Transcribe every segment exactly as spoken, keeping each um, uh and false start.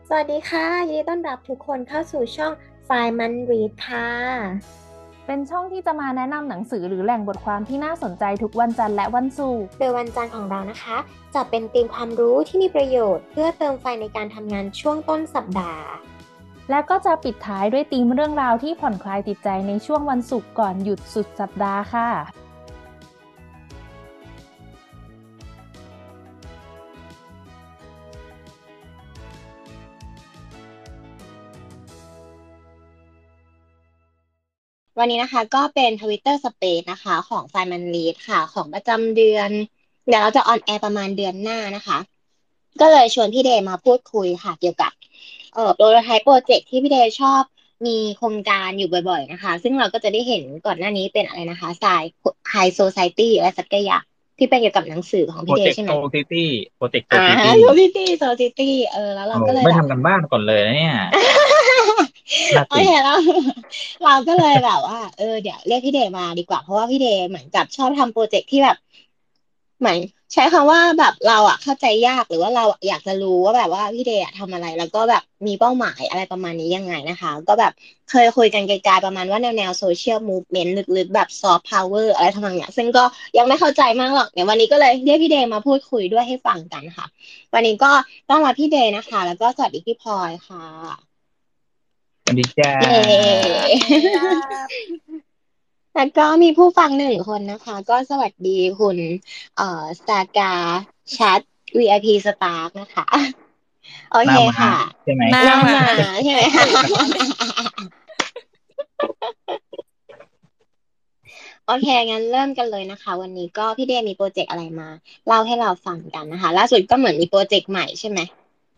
สวัสดีค่ะยินดีต้อนรับทุกคนเข้าสู่ช่อง Five Man Read ค่ะเป็นช่องที่จะมาแนะนำหนังสือหรือแหล่งบทความที่น่าสนใจทุกวันจันทร์และวันศุกร์โดยวันจันทร์ของเรานะคะจะเป็นธีมความรู้ที่มีประโยชน์เพื่อเติมไฟในการทำงานช่วงต้นสัปดาห์และก็จะปิดท้ายด้วยธีมเรื่องราวที่ผ่อนคลายจิตใจในช่วงวันศุกร์ก่อนหยุดสุดสัปดาห์ค่ะวันนี้นะคะก็เป็น Twitter Space นะคะของ Simon Reed ค่ะของประจำเดือนเดี๋ยวเราจะออนแอร์ประมาณเดือนหน้านะคะก็เลยชวนพี่เดย์มาพูดคุยค่ะเกี่ยวกับเอ่อโปรโตไทป์โปรเจกต์ที่พี่เดย์ชอบมีโครงการอยู่บ่อยๆนะคะซึ่งเราก็จะได้เห็นก่อนหน้านี้เป็นอะไรนะคะสาย High Society อะไรสักอย่างที่เป็นเกี่ยวกับหนังสือของโปรพี่เดย์ใช่ไหมเจกต์โซซิตี้โปรเจกต์โซอ่าซิตี้ Society Society เออแล้วโอ้เราก็เลยไม่แบบทำกันบ้านก่อนเลยนะเนี่ยน่าโอติเคแล้วเราก็เลยแบบว่าเออเดี๋ยวเรียกพี่เดย์มาดีกว่าเพราะว่าพี่เดย์เหมือนกับชอบทำโปรเจกต์ที่แบบเหมือนใช้คำว่าแบบเราอะเข้าใจยากหรือว่าเราอยากจะรู้ว่าแบบว่าพี่เดย์อะทำอะไรแล้วก็แบบมีเป้าหมายอะไรประมาณนี้ยังไงนะคะก็แบบเคยคุยกันไกลๆประมาณว่าแนวแนวโซเชียลมูฟเมนต์ลึกๆแบบซอฟต์พาวเวอร์อะไรทำนองเนี้ยซึ่งก็ยังไม่เข้าใจมากหรอกเดี๋ยววันนี้ก็เลยเรียกพี่เดย์มาพูดคุยด้วยให้ฟังกันค่ะวันนี้ก็ต้อนรับพี่เดย์นะคะแล้วก็สวัสดีพี่พลอยค่ะสวัสดีจ้าเย้แล้วก็มีผู้ฟังหนึ่งคนนะคะ ก็สวัสดีคุณเอ่อสตากาแชท วี ไอ พี Spark นะคะ โอเคหน้าม้าค่ะใช่ไหมหน้าหน้ามามาใช่ไหมคะโอเคงั้นเริ่มกันเลยนะคะ วันนี้ก็พี่เดมีโปรเจกต์อะไรมาเล่าให้เราฟังกันนะคะล่าสุดก็เหมือนมีโปรเจกต์ใหม่ใช่ไหม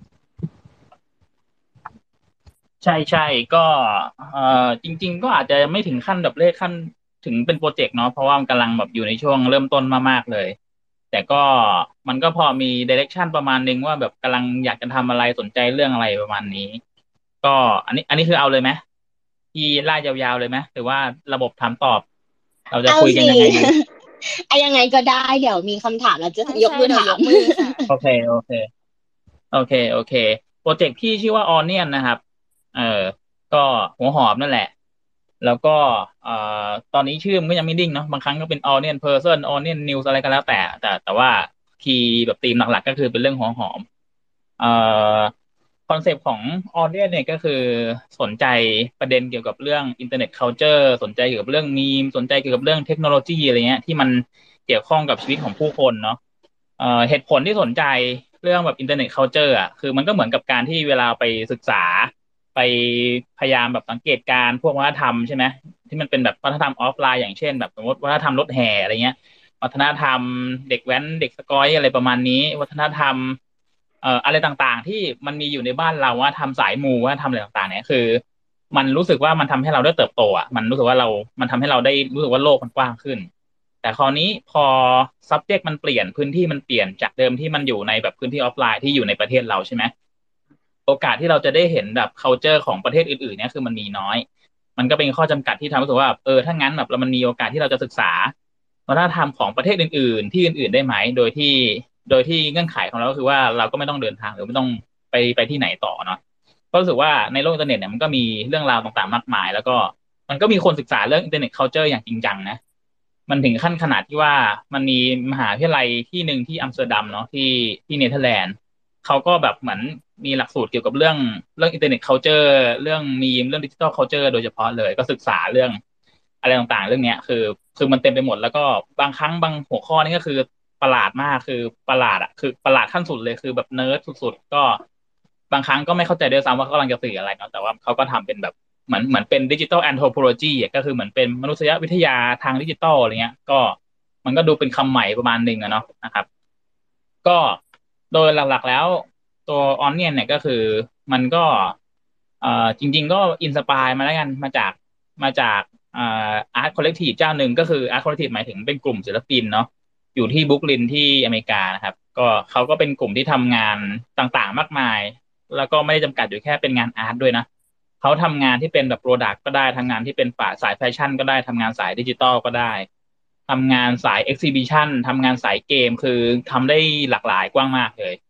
ใช่ใช่ก็เอ่อจริงๆก็อาจจะไม่ถึงขั้นแบบเลขขั้นถึงเป็นโปรเจกต์เนาะเพราะว่ามันกำลังแบบอยู่ในช่วงเริ่มต้นมากๆเลยแต่ก็มันก็พอมีดิเรกชันประมาณนึงว่าแบบกำลังอยากจะทำอะไรสนใจเรื่องอะไรประมาณนี้ก็อันนี้อันนี้คือเอาเลยไหมที่ไล่ยาวๆเลยไหมหรือว่าระบบถามตอบเราจะเอาคุยกันสิยังไงดีอะยังไงก็ได้เดี๋ยวมีคำถามเราจะใช่ยกใช่เดี๋ยวยมือถามกมือค่ะโอเคโอเค โอเคโอเคโปรเจกต์พี่ชื่อว่า Onion นะครับเออก็หัวหอมนั่นแหละแล้วก็เอ่อตอนนี้ชื่อมันก็ยังไม่ดิ้งเนาะบางครั้งก็เป็น Onion Person Onion News อะไรก็แล้วแต่แต่แต่ว่าคีย์แบบธีมหลักๆก็คือเป็นเรื่องหัวหอมเอ่อคอนเซปต์ของ Onion เนี่ยก็คือสนใจประเด็นเกี่ยวกับเรื่องอินเทอร์เน็ต culture สนใจเกี่ยวกับเรื่องมีมสนใจเกี่ยวกับเรื่องเทคโนโลยีอะไรเงี้ยที่มันเกี่ยวข้องกับชีวิตของผู้คนเนาะ เอ่อเหตุผลที่สนใจเรื่องแบบอินเทอร์เน็ต culture อ่ะคือมันก็เหมือนกับการที่เวลาไปศึกษาไปพยายามแบบสังเกตการณ์พวกวัฒนธรรมใช่ไหมที่มันเป็นแบบวัฒนธรรมออฟไลน์อย่างเช่นแบบสมมติวัฒนธรรมรถแห่อะไรเงี้ยวัฒนธรรมเด็กแว้นเด็กสกอยอะไรประมาณนี้วัฒนธรรมเอ่ออะไรต่างๆที่มันมีอยู่ในบ้านเราว่าทำสายมูว่าทำอะไรต่างๆเนี่ยคือมันรู้สึกว่ามันทำให้เราได้เติบโตอ่ะมันรู้สึกว่าเรามันทำให้เราได้รู้สึกว่าโลกมันกว้างขึ้น แต่คราวนี้พอ subject มันเปลี่ยนพื้นที่มันเปลี่ยนจากเดิมที่มันอยู่ในแบบพื้นที่ออฟไลน์ที่อยู่ในประเทศเราใช่ไหมโอกาสที่เราจะได้เห็นแบบ culture ของประเทศอื่นๆเนี่ยคือมันมีน้อยมันก็เป็นข้อจำกัดที่ทำให้รู้สึกว่าเออถ้างั้นแบบเรามันมีโอกาสที่เราจะศึกษาวัฒนธรรมของประเทศอื่นๆที่อื่นๆได้ไหมโดยที่โดยที่เงื่อนไขของเราก็คือว่าเราก็ไม่ต้องเดินทางหรือไม่ต้องไปไปที่ไหนต่อเนาะก็รู้สึกว่าในโลกอินเทอร์เน็ตเนี่ยมันก็มีเรื่องราวต่างๆมากมายแล้วก็มันก็มีคนศึกษาเรื่องอินเทอร์เน็ต culture อย่างจริงจังนะ มันถึงขั้นขนาดที่ว่ามันมีมหาวิทยาลัยที่หนึ่งที่อัมสเตอร์ดัมเนาะที่ที่เนเธอร์แลนด์เขาก็แบบเหมือนมีหลักสูตรเกี่ยวกับเรื่องเรื่องอินเทอร์เน็ต culture เรื่องมีมเรื่องดิจิทัล culture โดยเฉพาะเลยก็ศึกษาเรื่องอะไรต่างๆเรื่องเนี้ยคือคือมันเต็มไปหมดแล้วก็บางครั้งบางหัวข้อนี่ก็คือประหลาดมากคือประหลาดอ่ะคือประหลาดขั้นสุดเลยคือแบบเนิร์ดสุดๆก็บางครั้งก็ไม่เข้าใจด้วยซ้ำว่าเขากำลังจะสื่ออะไรเนาะแต่ว่าเขาก็ทำเป็นแบบ เหมือนเหมือนเป็นดิจิ t a ลแอนโทรโพโลจีก็คือเหมือนเป็นมนุษยวิทยาทางดิจิตอลอะไรเงี้ยก็มันก็ดูเป็นคำใหม่ประมาณหนึ่งอะเนาะนะครับก็โดยหลักๆแล้วตัวออนเนียนเนี่ยก็คือมันก็เอ่อจริงๆก็อินสปายมาแล้วกันมาจากมาจากเอ่ออาร์ตคอลเลกทีฟเจ้าหนึ่งก็คืออาร์ตคอลเลกทีฟหมายถึงเป็นกลุ่มศิลปินเนาะอยู่ที่บรุกลินที่อเมริกานะครับก็เขาก็เป็นกลุ่มที่ทำงานต่างๆมากมายแล้วก็ไม่ได้จำกัดอยู่แค่เป็นงานอาร์ตด้วยนะ เขาทำงานที่เป็นแบบโปรดักต์ก็ได้ทำงานที่เป็นฝ่ายสายแฟชั่นก็ได้ทำงานสายดิจิตอลก็ได้ทำงานสายเอ็กซิบิชันทำงานสายเกมคือทำได้หลากหลายกว้างมากเลย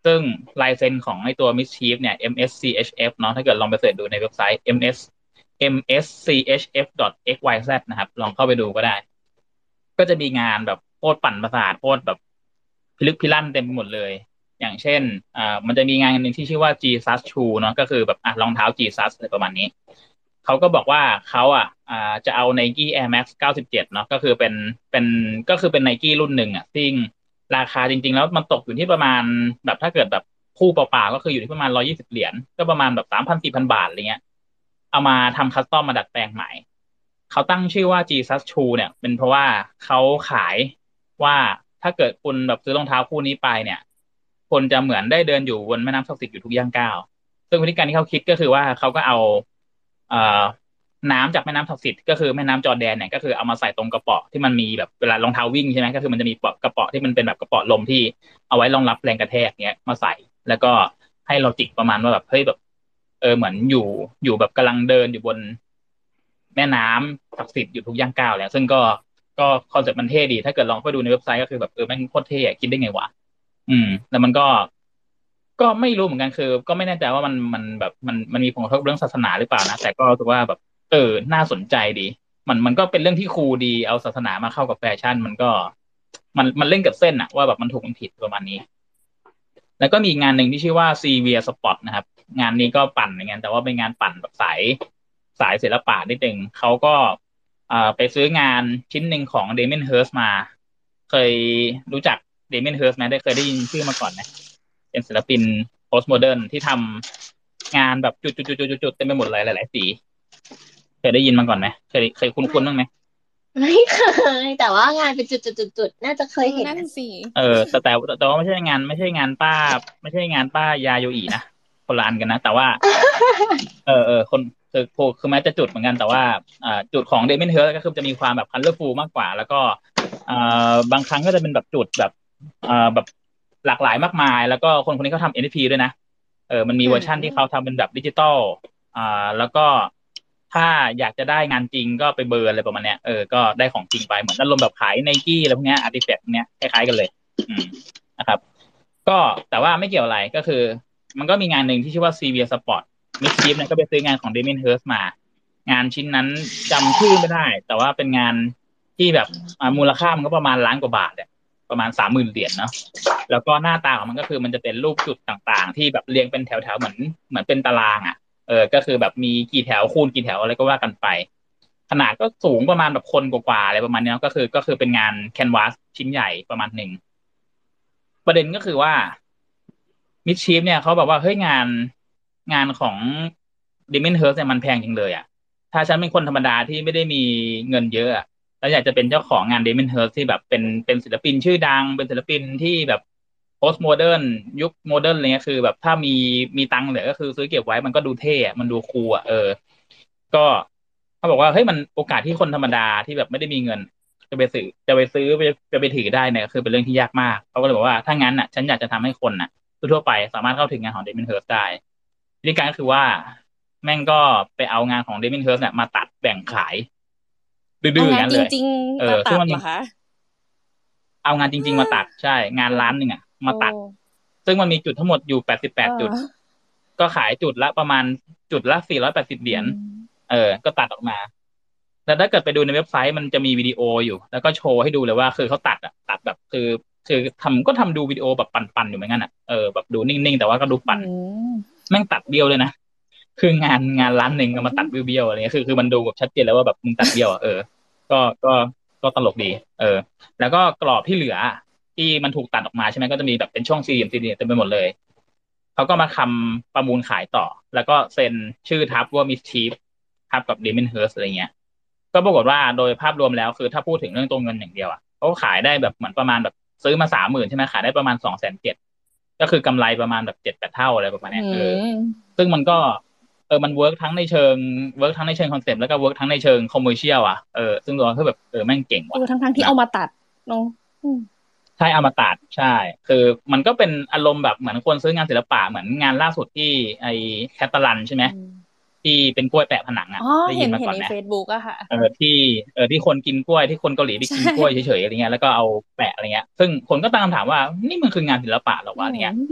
ซึ่งลายเซ็นของไอตัว Mischief เนี่ย เอ็ม เอส ซี เอช เอฟ เนาะถ้าเกิดลองไปเสิร์ชดูในเว็บไซต์ เอ็ม เอส เอ็ม เอส ซี เอช เอฟ ดอท เอ็กซ์ วาย แซด นะครับลองเข้าไปดูก็ได้ ก็จะมีงานแบบโคตรปั่นประสาทโคตรแบบพิลึกพิลั่นเต็มไปหมดเลย อย่างเช่นอ่ามันจะมีงานหนึ่งที่ชื่อว่า Jesus Shoe เนาะก็คือแบบอ่ะรองเท้า Jesus อะไรประมาณนี้เขาก็บอกว่าเขาอ่ะอ่าจะเอา Nike Air Max เก้าสิบเจ็ดเนาะก็คือเป็นเป็นก็คือเป็น Nike รุ่นหนึ่งอ่ะซึ่งราคาจริงๆแล้วมันตกอยู่ที่ประมาณแบบถ้าเกิดแบบคู่เปล่าๆก็คืออยู่ที่ประมาณร้อยยี่สิบเหรียญก็ประมาณแบบสามพันสี่พันบาทอะไรเงี้ยเอามาทำคัสตอมมาดัดแปลงใหม่เขาตั้งชื่อว่า Jesus Shoe เนี่ยเป็นเพราะว่าเขาขายว่าถ้าเกิดคุณแบบซื้อรองเท้าคู่นี้ไปเนี่ยคนจะเหมือนได้เดินอยู่บนแม่น้ำศักดิ์สิทธิ์อยู่ทุกย่างก้าวซึ่งวิธีการที่เขาคิดก็คือว่าเขาก็เอาเอ่อน้ำจากแม่น้ำศักดิ์สิทธิ์ก็คือแม่น้ำจอร์แดนเนี่ยก็คือเอามาใส่ตรงกระเป๋าที่มันมีแบบเวลารองเท้าวิ่งใช่ไหมก็คือมันจะมีกระเป๋าที่มันเป็นแบบกระเป๋าลมที่เอาไว้รองรับแรงกระแทกเนี้ยมาใส่แล้วก็ให้เราจิกประมาณว่าแบบเฮ้ยแบบเออเหมือนอยู่อยู่แบบกำลังเดินอยู่บนแม่น้ำศักดิ์สิทธิ์อยู่ทุกย่างก้าวแล้วซึ่งก็ก็คอนเซ็ปต์มันเท่ดีถ้าเกิดลองไปดูในเว็บไซต์ก็คือแบบเออแม่งโคตรเท่อะคิดได้ไงวะอืมแล้วมันก็ก็ไม่รู้เหมือนกันคือ ก็ไม่แน่ใจว่ามันมันแบบมันมันมีผลกระทบเรื่องศาสนาหรือเปล่านะแต่ก็รู้สึกว่าแบบเออน่าสนใจดีมันมันก็เป็นเรื่องที่คูลดีเอาศาสนามาเข้ากับแฟชั่นมันก็มันมันเล่นกับเส้นอะว่าแบบมันถูกมันผิดประมาณนี้ แล้วก็มีอีกงานหนึ่งที่ชื่อว่า Severe Spot นะครับงานนี้ก็ปั่นเหมือนกันแต่ว่าเป็นงานปั่นแบบสายสายศิลปะนิดนึงเขาก็อ่าไปซื้องานชิ้นหนึ่งของ Damien Hirst มา เคยรู้จัก Damien Hirst ไหมได้เคยได้ยินชื่อมาก่อนไหมเป็นศิลปิน postmodern ที่ทำงานแบบจุดๆๆๆๆเต็มไปหมดเลยหลายๆสีเคยได้ยินมาก่อนไหมเคยเคยคุ้นๆบ้างไหมไม่เคยแต่ว่างานเป็นจุดๆๆๆน่าจะเคยเห็นนั่นนะสิเออแต่แต่แต่ว่าไม่ใช่งานไม่ใช่งานป้าไม่ใช่งานป้ายาโยอินะคนละอันกันนะแต่ว่าเออเออคนคือคือคือแม้จะจุดเหมือนกันแต่ว่าอ่าจุดของเดมิ n นเฮิร์ก็คือจะมีความแบบคัลเลอร์ฟูลมากกว่าแล้วก็อ่าบางครั้งก็จะเป็นแบบจุดแบบอ่าแบบหลากหลายมากมายแล้วก็คนคนนี้เขาทำ เอ็น เอฟ ที ด้วยนะเออมันมีอืเวอร์ชั่นที่เขามทำเป็นแบบดิจิตอลอ่าแล้วก็ถ้าอยากจะได้งานจริงก็ไปเบิร์นอะไรประมาณเนี้ยเออก็ได้ของจริงไปเหมือนอารมณ์แบบขายไนกี้อะไรพวกเนี้ยอาร์ติแฟกต์เนี้ยคล้ายๆกันเลย อืมนะครับก็แต่ว่าไม่เกี่ยวอะไรก็คือมันก็มีงานหนึ่งที่ชื่อว่า Severe Sport Mischief เนี่ยก็ไปซื้องานของ Damien Hirst มางานชิ้นนั้นจำชื่อไม่ได้แต่ว่าเป็นงานที่แบบอ่ามูลค่ามันก็ประมาณล้านกว่าบาทเนี่ยประมาณสามหมื่นเหรียญเนาะแล้วก็หน้าตาของมันก็คือมันจะเป็นรูปจุดต่างๆที่แบบเรียงเป็นแถวๆเหมือนเหมือนเป็นตารางอ่ะเออก็คือแบบมีกี่แถวคูณกี่แถวอะไรก็ว่ากันไปขนาดก็สูงประมาณแบบคนกว่าๆอะไรประมาณนี้เนาะก็คือก็คือเป็นงานแคนวาสชิ้นใหญ่ประมาณหนึ่ง ประเด็นก็คือว่ามิดชีฟเนี่ยเขาบอกว่าเฮ้ยงานงานของดิม n นเฮิร์สเนี่ยมันแพงจริงเลยอ่ะถ้าฉันเป็นคนธรรมดาที่ไม่ได้มีเงินเยอะอะแล้วอยากจะเป็นเจ้าของงานดิม n นเฮิร์สที่แบบเป็นเป็นศิลปินชื่อดังเป็นศิลปินที่แบบโพสต์โมเดิร์นยุคโมเดิร์นอะไรเงี้ยคือแบบถ้ามีมีตังค์เหลือก็คือซื้อเก็บไว้มันก็ดูเท่อะมันดูคูลอ่ะเออก็เขาบอกว่าเฮ้ยมันโอกาสที่คนธรรมดาที่แบบไม่ได้มีเงิน จะไปซื้อจะไปซื้อไปจะไปถือได้เนี่ยคือเป็นเรื่องที่ยากมากเขาก็เลยบอกว่าถ้างั้นอ่ะฉันอยากจะทำให้คนอ่ะทั่วๆไปสามารถเข้าถึงงานของเดมินเฮิร์สได้วิธีการก็คือว่าแม่งก็ไปเอางานของเดมินเฮิร์สเนี่ยมาตัดแบ่งขายดื้อเอางานจๆอย่างนั้นเลยริงเอๆมาอซึ่งมันมีตัดเหรอคะเอางานจริงๆมาตัดใช่งานล้านหนึ่งอ่ะโอ้มาตัดซึ่งมันมีจุดทั้งหมดอยู่แปดสิบแปเอดจุดอก็ขายจุดละประมาณจุดละสี่ร้อยแปดสิบเหอืรียญมเออก็ตัดออกมา แต่ถ้าเกิดไปดูในเว็บไซต์มันจะมีวิดีโออยู่แล้วก็โชว์ให้ดูเลยว่าคือเขาตัดอะตัดแบบคือคือทำก็ทำดูวิดีโอแบบปั่นๆอยู่เหมือนกันอะเออแบบดูนิ่งๆแต่ว่าก็ดูอืปั่นมแม่งตัดเบี้ยวเลยนะคืองานงานร้านหนึ่งก็มาตัดเบี้ยวๆอะไรเงี้ยคือคือมันดูแบบชัดเจนแล้วว่าแบบมึงตัดเบี้ยวอะเออก็ก็ก็ตลกดีเออแล้วก็กรอบที่เหลือที่มันถูกตัดออกมาใช่ไหมก็จะมีแบบเป็นช่องสี่เหลี่ยมสี่เหลี่ยมเต็มไปหมดเลยเขาก็มาทำประมูลขายต่อแล้วก็เซ็นชื่อทับว่ามิสชีฟทับกับเดมินเฮิร์สอะไรเงี้ย ก็ปรากฏว่าโดยภาพรวมแล้วคือถ้าพูดถึงเรื่องตัวเงินอย่างเดียวอ่ะเขาขายได้แบบเหมือนประมาณแบบซื้อมาสามหมื่นใช่ไหมขายได้ประมาณสองแสนเจ็ดก็คือกำไรประมาณแบบเจ็ดแปดเท่าอะไรประมาณอืเนี้ยเออมซึ่งมันก็เออมันเวิร์กทั้งในเชิงเวิร์กทั้งในเชิงคอนเซ็ปต์แล้วก็เวิร์กทั้งในเชิงคอมเมอร์เชียลอ่ะเออซึ่งตัวคือแบบเออแม่งเก่งเอว่ะอทั้งๆที่นะเอามาตัดเนาะอืมใช่อมตะใช่คือมันก็เป็นอารมณ์แบบเหมือนคนซื้องานศิลปะเหมือนงานล่าสุดที่ไอแคตาลันใช่ไหมอืมที่เป็นกล้วยแปะผนังอ่ะอ๋อได้เห็นเห็นในยินมาก่อนไหม Facebook อะค่ะเออที่เออที่คนกินกล้วยที่คนเกาหลีไปใช่กินกล้วยเฉยๆอะไรเงี้ยแล้วก็เอาแปะอะไรเงี้ยซึ่งคนก็ตั้งคำถามว่านี่มันคืองานศิลปะเหรออืวะอะไรเงี้ยม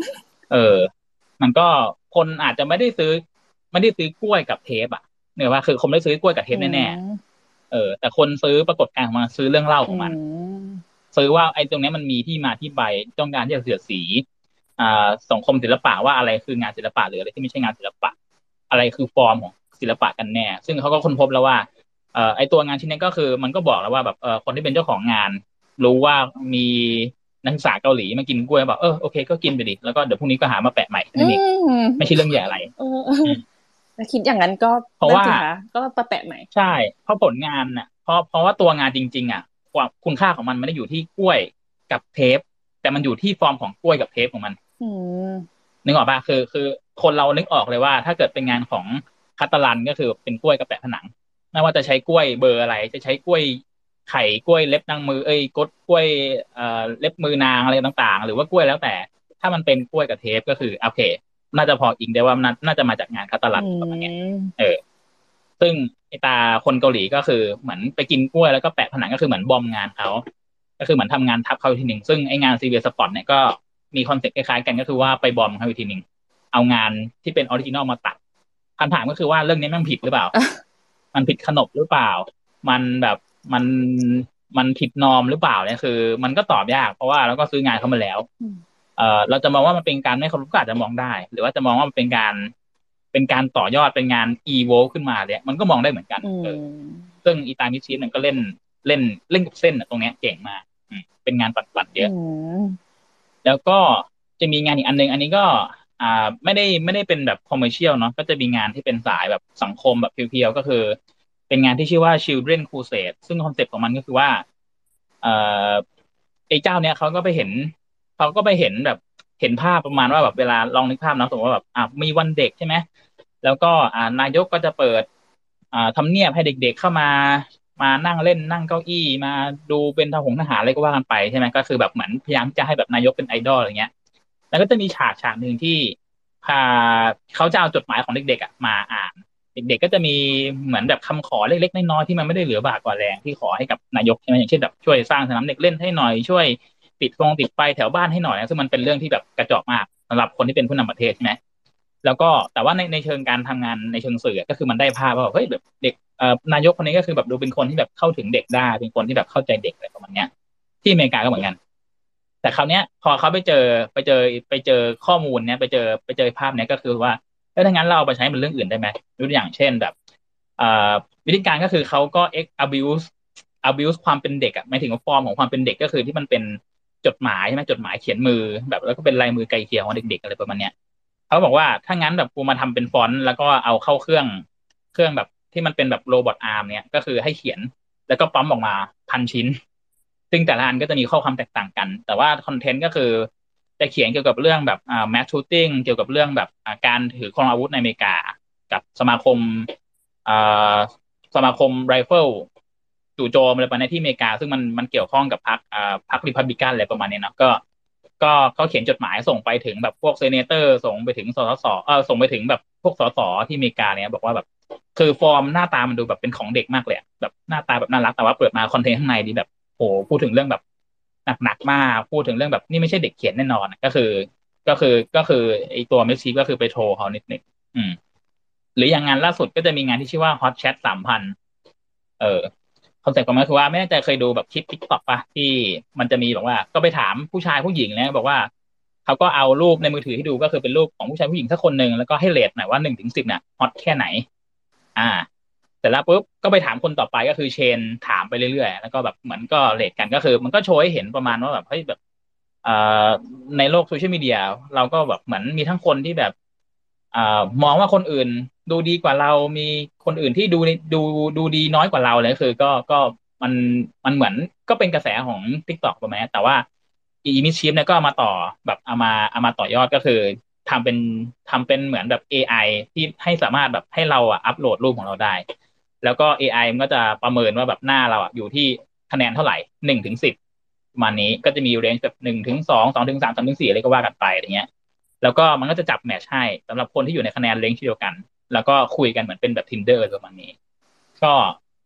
เออ มันก็คนอาจจะไม่ได้ซื้อ ไม่ได้ซื้อกล้วยกับเทปอ่ะเนี่ยว่าคือคนไม่ได้ซื้อกล้วยกับเทอืปแน่มๆเออ แต่คนซื้อปรากฏการณ์ของมันซื้อเรื่องเล่าขอืองมันมซื้อว่าไอ้ตรงเนี้ยมันมีที่มาที่ไปต้องการที่จะเสียดสี อ่าสังคมศิลปะว่าอะไรคืองานศิลปะหรืออะไรที่ไม่ใช่งานศิลปะ อะไรคือฟอร์มของศิลปะกันแน่ ซึ่งเขาก็ค้นพบแล้วว่าเอ่อไอตัวงานชิ้นนี้ก็คือมันก็บอกแล้วว่าแบบเออคนที่เป็นเจ้าของงาน รู้ว่ามีนักศึกษาเกาหลีมากินกล้วยบอกเออโอเคก็กินไปดิแล้วก็เดี๋ยวพรุ่งนี้ก็หามาแปะใหม่อืนั่นเองมไม่ใช่เรื่องใหญ่อะไรเอออืมถ้าคิดอย่างนั้นก็เพราะนั่นว่าสิคะก็มาแปะใหม่ใช่ เพราะผลงานน่ะเพราะเพราะว่าตัวงานจริงๆอ่ะความคุณค่าของมันไม่ได้อยู่ที่กล้วยกับเทป แต่มันอยู่ที่ฟอร์มของกล้วยกับเทปของมันอืมนึกออกป่ะคือคือคนเรานึกออกเลยว่า ถ้าเกิดเป็นงานของคาตาลันก็คือเป็นกล้วยกับแปะผนังไม่ว่าจะใช้กล้วยเบอร์อะไร จะใช้กล้วยไข่กล้วยเล็บนางมือเอ้ยกดกล้วยเอ่อเล็บมือนางอะไรต่างๆ หรือว่ากล้วยแล้วแต่ ถ้ามันเป็นกล้วยกับเทปก็คือโอเค น่าจะพออิงได้ว่าน่าน่าจะมาจากงานคาตาลัอืนประมาณเนี้ยมเออ ซึ่งไอตาคนเกาหลีก็คือเหมือนไปกินกล้วยแล้วก็แปะผนังก็คือเหมือนบอมงานเขา ก็คือเหมือนทำงานทับเขาอีกทีหนึ่งซึ่งไองานซีเวียสปอตเนี่ยก็มีคอนเซ็ปต์คล้ายๆกันก็คือว่าไปบอมเขาอีกทีหนึ่งเอางานที่เป็นออริจินอลมาตัดคำถามก็คือว่าเรื่องนี้แม่งผิดหรือเปล่า มันผิดขนบหรือเปล่า มันแบบมันมันผิดนอร์มหรือเปล่าเนี่ยคือ มันก็ตอบยากเพราะว่าเราก็ซื้องานเขามาแล้วอืมเอ่อเราจะมองว่ามันเป็นการไม่เคารพก็อาจจะมองได้ หรือว่าจะมองว่ามันเป็นการเป็นการต่อยอดเป็นงาน evolve ขึ้นมาเนี่ยมันก็มองได้เหมือนกันอืเออมซึ่งอีตามิชิมันก็เล่นเล่นเล่นกับเส้นอะตรงเนี้ยเก่งมากอืมเป็นงานปัดๆเยอือะมแล้วก็จะมีงานอีกอันนึงอันนี้ก็อ่าไม่ได้ไม่ได้เป็นแบบคอมเมอร์เชียลเนาะก็จะมีงานที่เป็นสายแบบสังคมแบบเพียวๆก็คือ เป็นงานที่ชื่อว่า Children Crusade ซึ่งคอนเซ็ปต์ของมันก็คือว่าเอ่อไอ้เจ้าเนี้ยเขาก็ไปเห็นเขาก็ไปเห็นแบบเห็นภาพประมาณว่าแบบเวลาลองนึกภาพนะสมมติว่าแบบอ่ะมีวันเด็กใช่ไหมแล้วก็อ่านายกก็จะเปิดอ่าทำเนียบให้เด็กๆเข้ามามานั่งเล่นนั่งเก้าอี้มาดูเป็นทหงทหารอะไรก็ว่ากันไปใช่ไหมก็คือแบบเหมือนพยายามจะให้แบบนายกเป็นไอดอลอะไรเงี้ย แล้วก็จะมีฉากฉากหนึ่งที่พาเขาจะเอาจดหมายของเด็กๆอ่ะมาอ่าน เด็กๆก็จะมีเหมือนแบบคำขอเล็กๆน้อยๆที่มันไม่ได้เหลือบากกว่าแรงที่ขอให้กับนายกใช่ไหมอย่างเช่นแบบช่วยสร้างสนามเด็กเล่นให้หน่อยช่วยติดฟงติดไฟแถวบ้านให้หน่อยนะซึ่งมันเป็นเรื่องที่แบบกระจอกมากสำหรับคนที่เป็นผู้นำประเทศใช่ไหมแล้วก็แต่ว่าในในเชิงการทำงานในเชิงสื่อก็คือมันได้ภาพว่าแบบเฮ้ยแบบเด็กเอ่อนายกคนนี้ก็คือแบบดูเป็นคนที่แบบเข้าถึงเด็กได้เป็นคนที่แบบเข้าใจเด็กอะไรประมาณเนี้ยที่อเมริกาก็เหมือนกัน แต่คราวเนี้ยพอเขาไปเจอไปเจอไปเจอข้อมูลเนี้ยไปเจอไปเจอภาพเนี้ยก็คือว่าเอ้ยถ้างั้นเราเอาไปใช้เป็นเรื่องอื่นได้ไหมยกตัวอย่างเช่นแบบอ่าวิธีการก็คือเขาก็ ex abuse abuse ความเป็นเด็กอ่ะหมายถึงว่าฟอร์มของความเป็นเด็กก็คือที่มันเป็นจดหมายใช่ไหมจดหมายเขียนมือแบบแล้วก็เป็นลายมือไกลเกลี่ยของเด็กๆอะไรประมาณเนี้ยเขาบอกว่าถ้างั้นแบบกูมาทำเป็นฟอนต์แล้วก็เอาเข้าเครื่องเครื่องแบบที่มันเป็นแบบโรบอทอาร์มเนี่ยก็คือให้เขียน แล้วก็ปั๊มออกมาพันชิ้น ซึ่งแต่ละอันก็จะมีข้อความแตกต่างกัน แต่ว่าคอนเทนต์ก็คือจะเขียนเกี่ยวกับเรื่องแบบอ่าแมสชูตติ้งเกี่ยวกับเรื่องแบบอ่าการถือครองอาวุธในอเมริกากับสมาคมอ่าสมาคมไรเฟิลจู่โจมอะไรประมาณนี้ที่อเมริกาซึ่งมันมันเกี่ยวข้องกับพรรคอ่าพรรคริพับลิกันอะไรประมาณนี้เนาะก็ก็เขาเขียนจดหมายส่งไปถึงแบบพวกเซเนเตอร์ส่งไปถึงสสสเออส่งไปถึงแบบพวกสสที่อเมริกาเนี่ยบอกว่าแบบ คือฟอร์มหน้าตามันดูแบบเป็นของเด็กมากเลยอะแบบหน้าตาแบบน่ารักแต่ว่าเปิดมาคอนเทนต์ข้างในดีแบบโหพูดถึงเรื่องแบบหนักๆมากพูดถึงเรื่องแบบนี่ไม่ใช่เด็กเขียนแน่นอนอะก็คือก็คือก็คือไอตัวเมสซี่ก็คือไปโทรเขานิดหนึ่งอืมหรืออย่างงานล่าสุดก็จะมีงานที่ชื่อว่า Hot Chat สามพันเออคอนเซ็ปต์ของมันคือว่าไม่แน่ใจเคยดูแบบคลิป TikTok ป่ะที่มันจะมีแบบว่าก็ไปถามผู้ชายผู้หญิงแล้วบอกว่าเขาก็เอารูปในมือถือให้ดูก็คือเป็นรูปของผู้ชายผู้หญิงสักคนหนึ่งแล้วก็ให้เรทหน่อยว่าหนึ่งถึงสิบเนี่ยฮอตแค่ไหน อ่าเสร็จแล้วปุ๊บก็ไปถามคนต่อไปก็คือเชนถามไปเรื่อยๆแล้วก็แบบเหมือนก็เรทกันก็คือมันก็โชว์ให้เห็นประมาณว่าแบบเฮ้ยแบบเอ่อในโลกโซเชียลมีเดียเราก็แบบเหมือนมีทั้งคนที่แบบอ่ามองว่าคนอื่นดูดีกว่าเรามีคนอื่นที่ดูดูดูดีน้อยกว่าเราเลยคือก็ก็มันมันเหมือนก็เป็นกระแสของ TikTok ประมาณนี้แต่ว่าอีมิชิฟเนี่ยก็เอามาต่อแบบเอามาเอามาต่อยอดก็คือ ทำเป็นทำเป็นเหมือนแบบ เอ ไอ ที่ให้สามารถแบบให้เราอ่ะอัปโหลดรูปของเราได้ แล้วก็ เอ ไอ มันก็จะประเมินว่าแบบหน้าเราอ่ะอยู่ที่คะแนนเท่าไหร่หนึ่งถึงสิบประมาณนี้ก็จะมีเรนจ์แบบหนึ่งถึงสองสองถึงสามสามถึงสี่อะไรก็ว่ากันไปอย่างเงี้ยแล้วก็มันก็จะจับแมทช์ให้สำหรับคนที่อยู่ในคะแนนเรนจ์เดียวกัน แล้วก็คุยกันเหมือนเป็นแบบ Tinder ประมาณนี้ ก็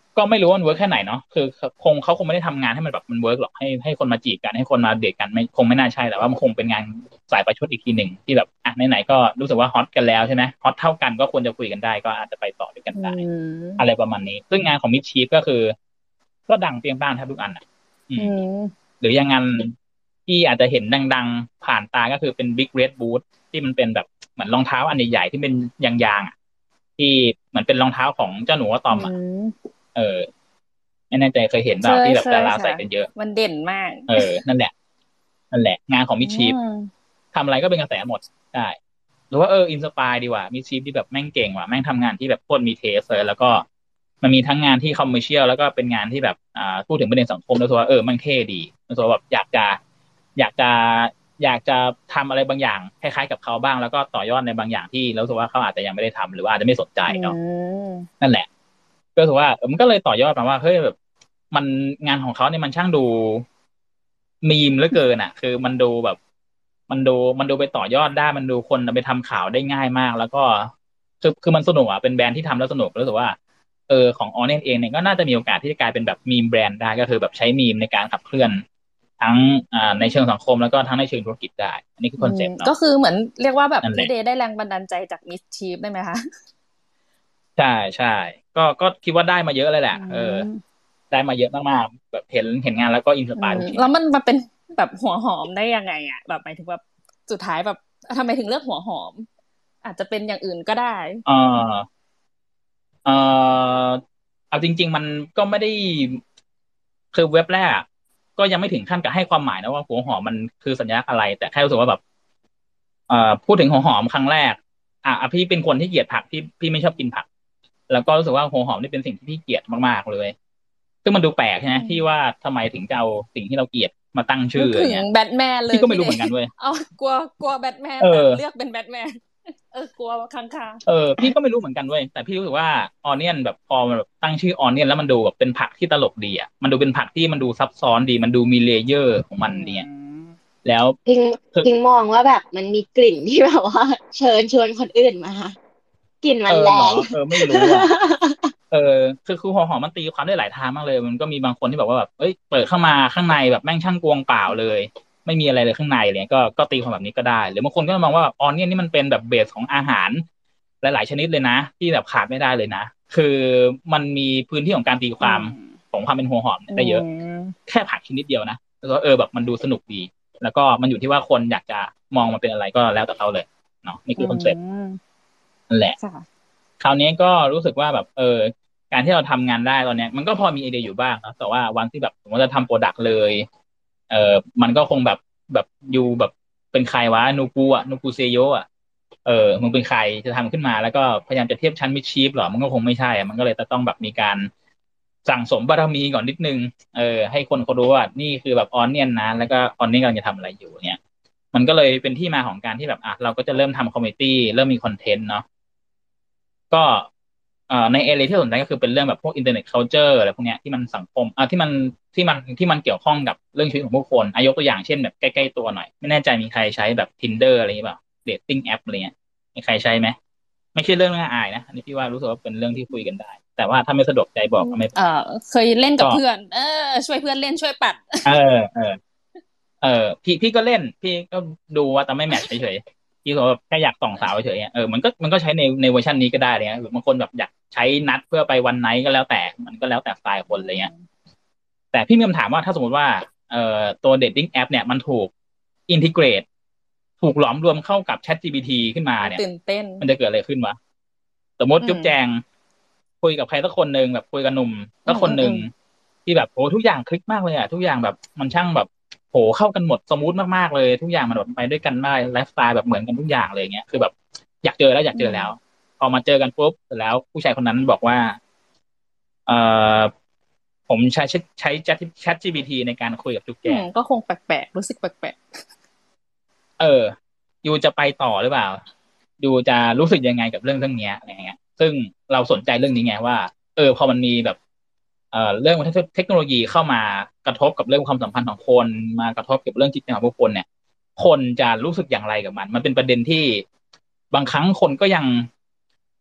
ก็ไม่รู้ว่ามันเวิร์กแค่ไหนเนาะคือคงเขาคงไม่ได้ทำงานให้มันแบบมันเวิร์กหรอกให้ให้คนมาจีบกันให้คนมาเดทกันไม่คงไม่น่าใช่แต่ว่ามันคงเป็นงานสายประชดอีกทีหนึ่งที่แบบอ่ะไหนๆก็รู้สึกว่าฮอตกันแล้วใช่ไหมฮอตเท่ากันก็ควรจะคุยกันได้ก็อาจจะไปต่อด้วยกันอืได้มอะไรประมาณนี้ซึ่งงานของมิดชีฟก็คือ ก็ดังเปรี้ยงป้างแทบทุกอันอ่ะ อือืมมหรืออย่างงานที่อาจจะเห็นดังๆผ่านตาก็คือเป็น Big Red Boot ที่มันเป็นแบบเหมือนรองเท้าอันใหญ่ๆที่เป็นยางๆอ่ะที่เหมือนเป็นรองเท้าของเจ้าหนูอะตอือมอ่ะมเออไม่แน่ใจเคยเห็นเปเคล่าที่แบบยเคยดาราใส่ค่ะกันเยอะมันเด่นมากเออนั่นแหละนั่นแหละงานของอืมิดชีฟมทำอะไรก็เป็นกระแสหมดได้หรือว่าเอออินสปายดีกว่ามิดชีฟที่แบบแม่งเก่งว่ะแม่งทำงานที่แบบโคตรมีเทสเลยแล้วก็มันมีทั้งงานที่คอมเมอร์เชียลแล้วก็เป็นงานที่แบบอ่าพูดถึงประเด็นสังคมแล้วรู้สึกว่าเออมันเท่ดีรู้สึกว่าแบบอยากจะอยากจะอยากจะทำอะไรบางอย่างคล้ายๆกับเขาบ้างแล้วก็ต่อยอดในบางอย่างที่เรารู้สึกว่าเขาอาจจะยังไม่ได้ทำหรือว่าอาจจะไม่สนใจอืเนาะมนั่นแหละก็รู้สึกว่าเออมันก็เลยต่อยอดมาว่าเฮ้ยแบบมันงานของเขาเนี่ยมันช่างดูมีมเหลือเกินอ่ะคือมันดูแบบ มันดูมันดูไปต่อยอดได้มันดูคนไปทำข่าวได้ง่ายมากแล้วก็คือคือมันสนุกอ่ะเป็นแบรนด์ที่ทำแล้วสนุกรู้สึกว่าเออของออเน n เองเนี่ยก็น่าจะมีโอกาสที่จะกลายเป็นแบบมีมแบรนด์ได้ก็คือแบบใช้มีมในการขับเคลื่อนทั้งอ่าในเชิงสังคมแล้วก็ทั้งในเชิงธุรกิจได้อันนี้คืออืมคอนเซ็ปต์เนาะก็คือเหมือนเรียกว่าแบบนั่นแหละพี่เดย์ได้แรงบันดาลใจจากมิสชีฟได้ไหมคะใช่ใช่ก็ก็คิดว่าได้มาเยอะเลยแหละอืเออมได้มาเยอะมากๆแบบเห็นเห็นงานแล้วก็อินสอืมปายทุกชิ้นแล้วมันมาเป็นแบบหัวหอมได้ยังไงอ่ะแบบหมายถึงแบบสุดท้ายแบบทำไมถึงเลือกหัวหอมอาจจะเป็นอย่างอื่นก็ได้เออ เออเอาจริงๆมันก็ไม่ได้คือเว็บแรกอะก็ยังไม่ถึงขั้นกับให้ความหมายนะว่าหัวหอมมันคือสัญลักษณ์อะไรแต่แค่รู้สึกว่าแบบเอ่อพูดถึงหัวหอมครั้งแรกอ่ะอ่ะพี่เป็นคนที่เกลียดผักพี่พี่ไม่ชอบกินผักแล้วก็รู้สึกว่าหัวหอมนี่เป็นสิ่งที่พี่เกลียดมากๆเลยซึ่งมันดูแปลกใช่ไหมอืที่ว่ามทำไมถึงจะเอาสิ่งที่เราเกลียดมาตั้งชื่นึกถึงออะไรเงี้ยแบทแมนเลพี่ก็ไม่ยพี่เดย์รู้เหมือนกันเว้ยเอากลัวกลัวแบทแมนเอแต่อเลือกเป็นแบทแมนเออกลัวค้างคาวเออพี่ก็ไม่รู้เหมือนกันเว้ยแต่พี่รู้สึกว่าออเนียนแบบพอมันแบบตั้งชื่อออเนียนแล้วมันดูแบบเป็นผักที่ตลกดีอ่ะมันดูเป็นผักที่มันดูซับซ้อนดีมันดูมีเลเยอร์ของอืมันเนี่ยมแล้วพิงคือพิงมองว่าแบบมันมีกลิ่นที่แบบว่าเชิญชวนคนอื่นมากลิ่นเออมันแรเหรองเออไม่รู้อ่ะ เออคือคือหัวหอมมันตีความได้หลายทางมากเลยมันก็มีบางคนที่แบบว่าแบบเอ้ยเปิดเข้ามาข้างในแบบแม่งช่างกวงเปล่าเลยไม่มีอะไรเลยข้างในอะไรเลยก็ก็ตีความแบบนี้ก็ได้หรือบางคนก็มองว่าออนเนียนนี่มันเป็นแบบเบสของอาหารหลายๆชนิดเลยนะที่แบบขาดไม่ได้เลยนะคือมันมีพื้นที่ของการตีคอืวามมของความเป็นหัวหอมอืได้เยอะมแค่ผักชนิดเดียวนะแล้วก็เออแบบมันดูสนุกดีแล้วก็มันอยู่ที่ว่าคนอยากจะมองมันเป็นอะไรก็แล้วแต่เขาเลยเนาะนี่อืคือคอนเซ็ปต์มนั่นแหละค่ะคราวนี้ก็รู้สึกว่าแบบเออการที่เราทำงานได้ตอนเนี้ยมันก็พอมีไอเดียอยู่บ้างนะแต่ว่าวันที่แบบสมมติจะทำโปรดักต์เลยเออมันก็คงแบบแบบอยู่แบบเป็นใครวะนูกูอ่ะนูกูเซโยอ่ะเออมึงเป็นใครจะทำขึ้นมาแล้วก็พยายามจะเทียบชั้นมิดชีฟหรอมันก็คงไม่ใช่อะมันก็เลยจะต้องแบบมีการสั่งสมบารมีก่อนนิดนึงเออให้คนเขารู้ว่านี่คือแบบออนเนียนนะแล้วก็ออนเนียนกำลังจะทำอะไรอยู่เนี่ยมันก็เลยเป็นที่มาของการที่แบบอ่ะเราก็จะเริ่มทำคอมมูนิตี้เริ่มมีคอนเทนต์เนาะ ก็เอ่อในเอเรียที่สนใจก็คือเป็นเรื่องแบบพวกอินเทอร์เน็ตคัลเจอร์อะไรพวกเนี้ยที่มันสังคมอ่าที่มันที่มันที่มันเกี่ยวข้องกับเรื่องชีวิตของผู้คนอายกตัวอย่างเช่นแบบใกล้ๆตัวหน่อยไม่แน่ใจมีใครใช้แบบ Tinder อะไรอย่างเงี้ยเปล่าเดทติ้งแอปอะไรเงี้ยมีใครใช้ไหมไม่ใช่เรื่องน่าอายนะอันนี้พี่ว่ารู้สึกว่าเป็นเรื่องที่คุยกันได้แต่ว่าถ้าไม่สะดวกใจบอกก็ไม่เป็นเอ่อไรเคยเล่นกับก็เพื่อนเออช่วยเพื่อนเล่นช่วยปัดเออเออ เออพี่พี่ก็เล่นพี่ก็ดูว่าแต่ไม่แมทช์เฉยๆพี่ก็แบบแค่อยากส่องสาวเฉยๆเออมันก็มันก็ใช้ในในเวอร์ชันนี้ก็ได้เลยนะหรือบางคนแบบอยากใช้นัดเพื่อไปวันไนท์ก็แล้วแต่มันก็แล้วแต่สไตล์อืคนอะไรเงี้ยมแต่พี่มีคำถามว่าถ้าสมมติว่าเอ่อตัวเดทติ้งแอปเนี่ยมันถูกอินทิเกรตถูกหลอมรวมเข้ากับ ChatGPT ขึ้นมาโอ้เนี่ยตื่นเต้นมันจะเกิดอะไรขึ้นวะสมมติอืมจุ๊บแจงคุยกับใครสักคนหนึ่งแบบคุยกับหนุ่มสักคนหนึ่งอืมอืมอืมที่แบบโอ้ทุกอย่างคลิกมากเลยอะทุกอย่างแบบมันช่างแบบ โหเข้ากันหมดสมูทมากๆเลยทุกอย่างมันแบบไปด้วยกันได้ไลฟ์สไตล์แบบเหมือนกันทุกอย่างเลยอย่างเงี้ยคือแบบอยากเจอแล้วอยากอืมเจอแล้วพอมาเจอกันปุ๊บเสร็จแล้วผู้ชายคนนั้นบอกว่าเอ่อผมใช้ใช้ Chat Chat จี พี ที ในการคุยกับจุ๊กแจงอืมก็คงแปลกๆรู้สึกแปลกเออยูจะไปต่อหรือเปล่ายูจะรู้สึกยังไงกับเรื่องเรื่องเนี้ยอะไรเงี้ยซึ่งเราสนใจเรื่องนี้ไงว่าเออพอมันมีแบบเอ่อเรื่องเทคโนโลยีเข้ามากระทบกับเรื่องความสัมพันธ์ของคนมากระทบกับเรื่องจิตใจของผู้คนเนี่ย คนจะรู้สึกอย่างไรกับมัน มันเป็นประเด็นที่บางครั้งคนก็ยัง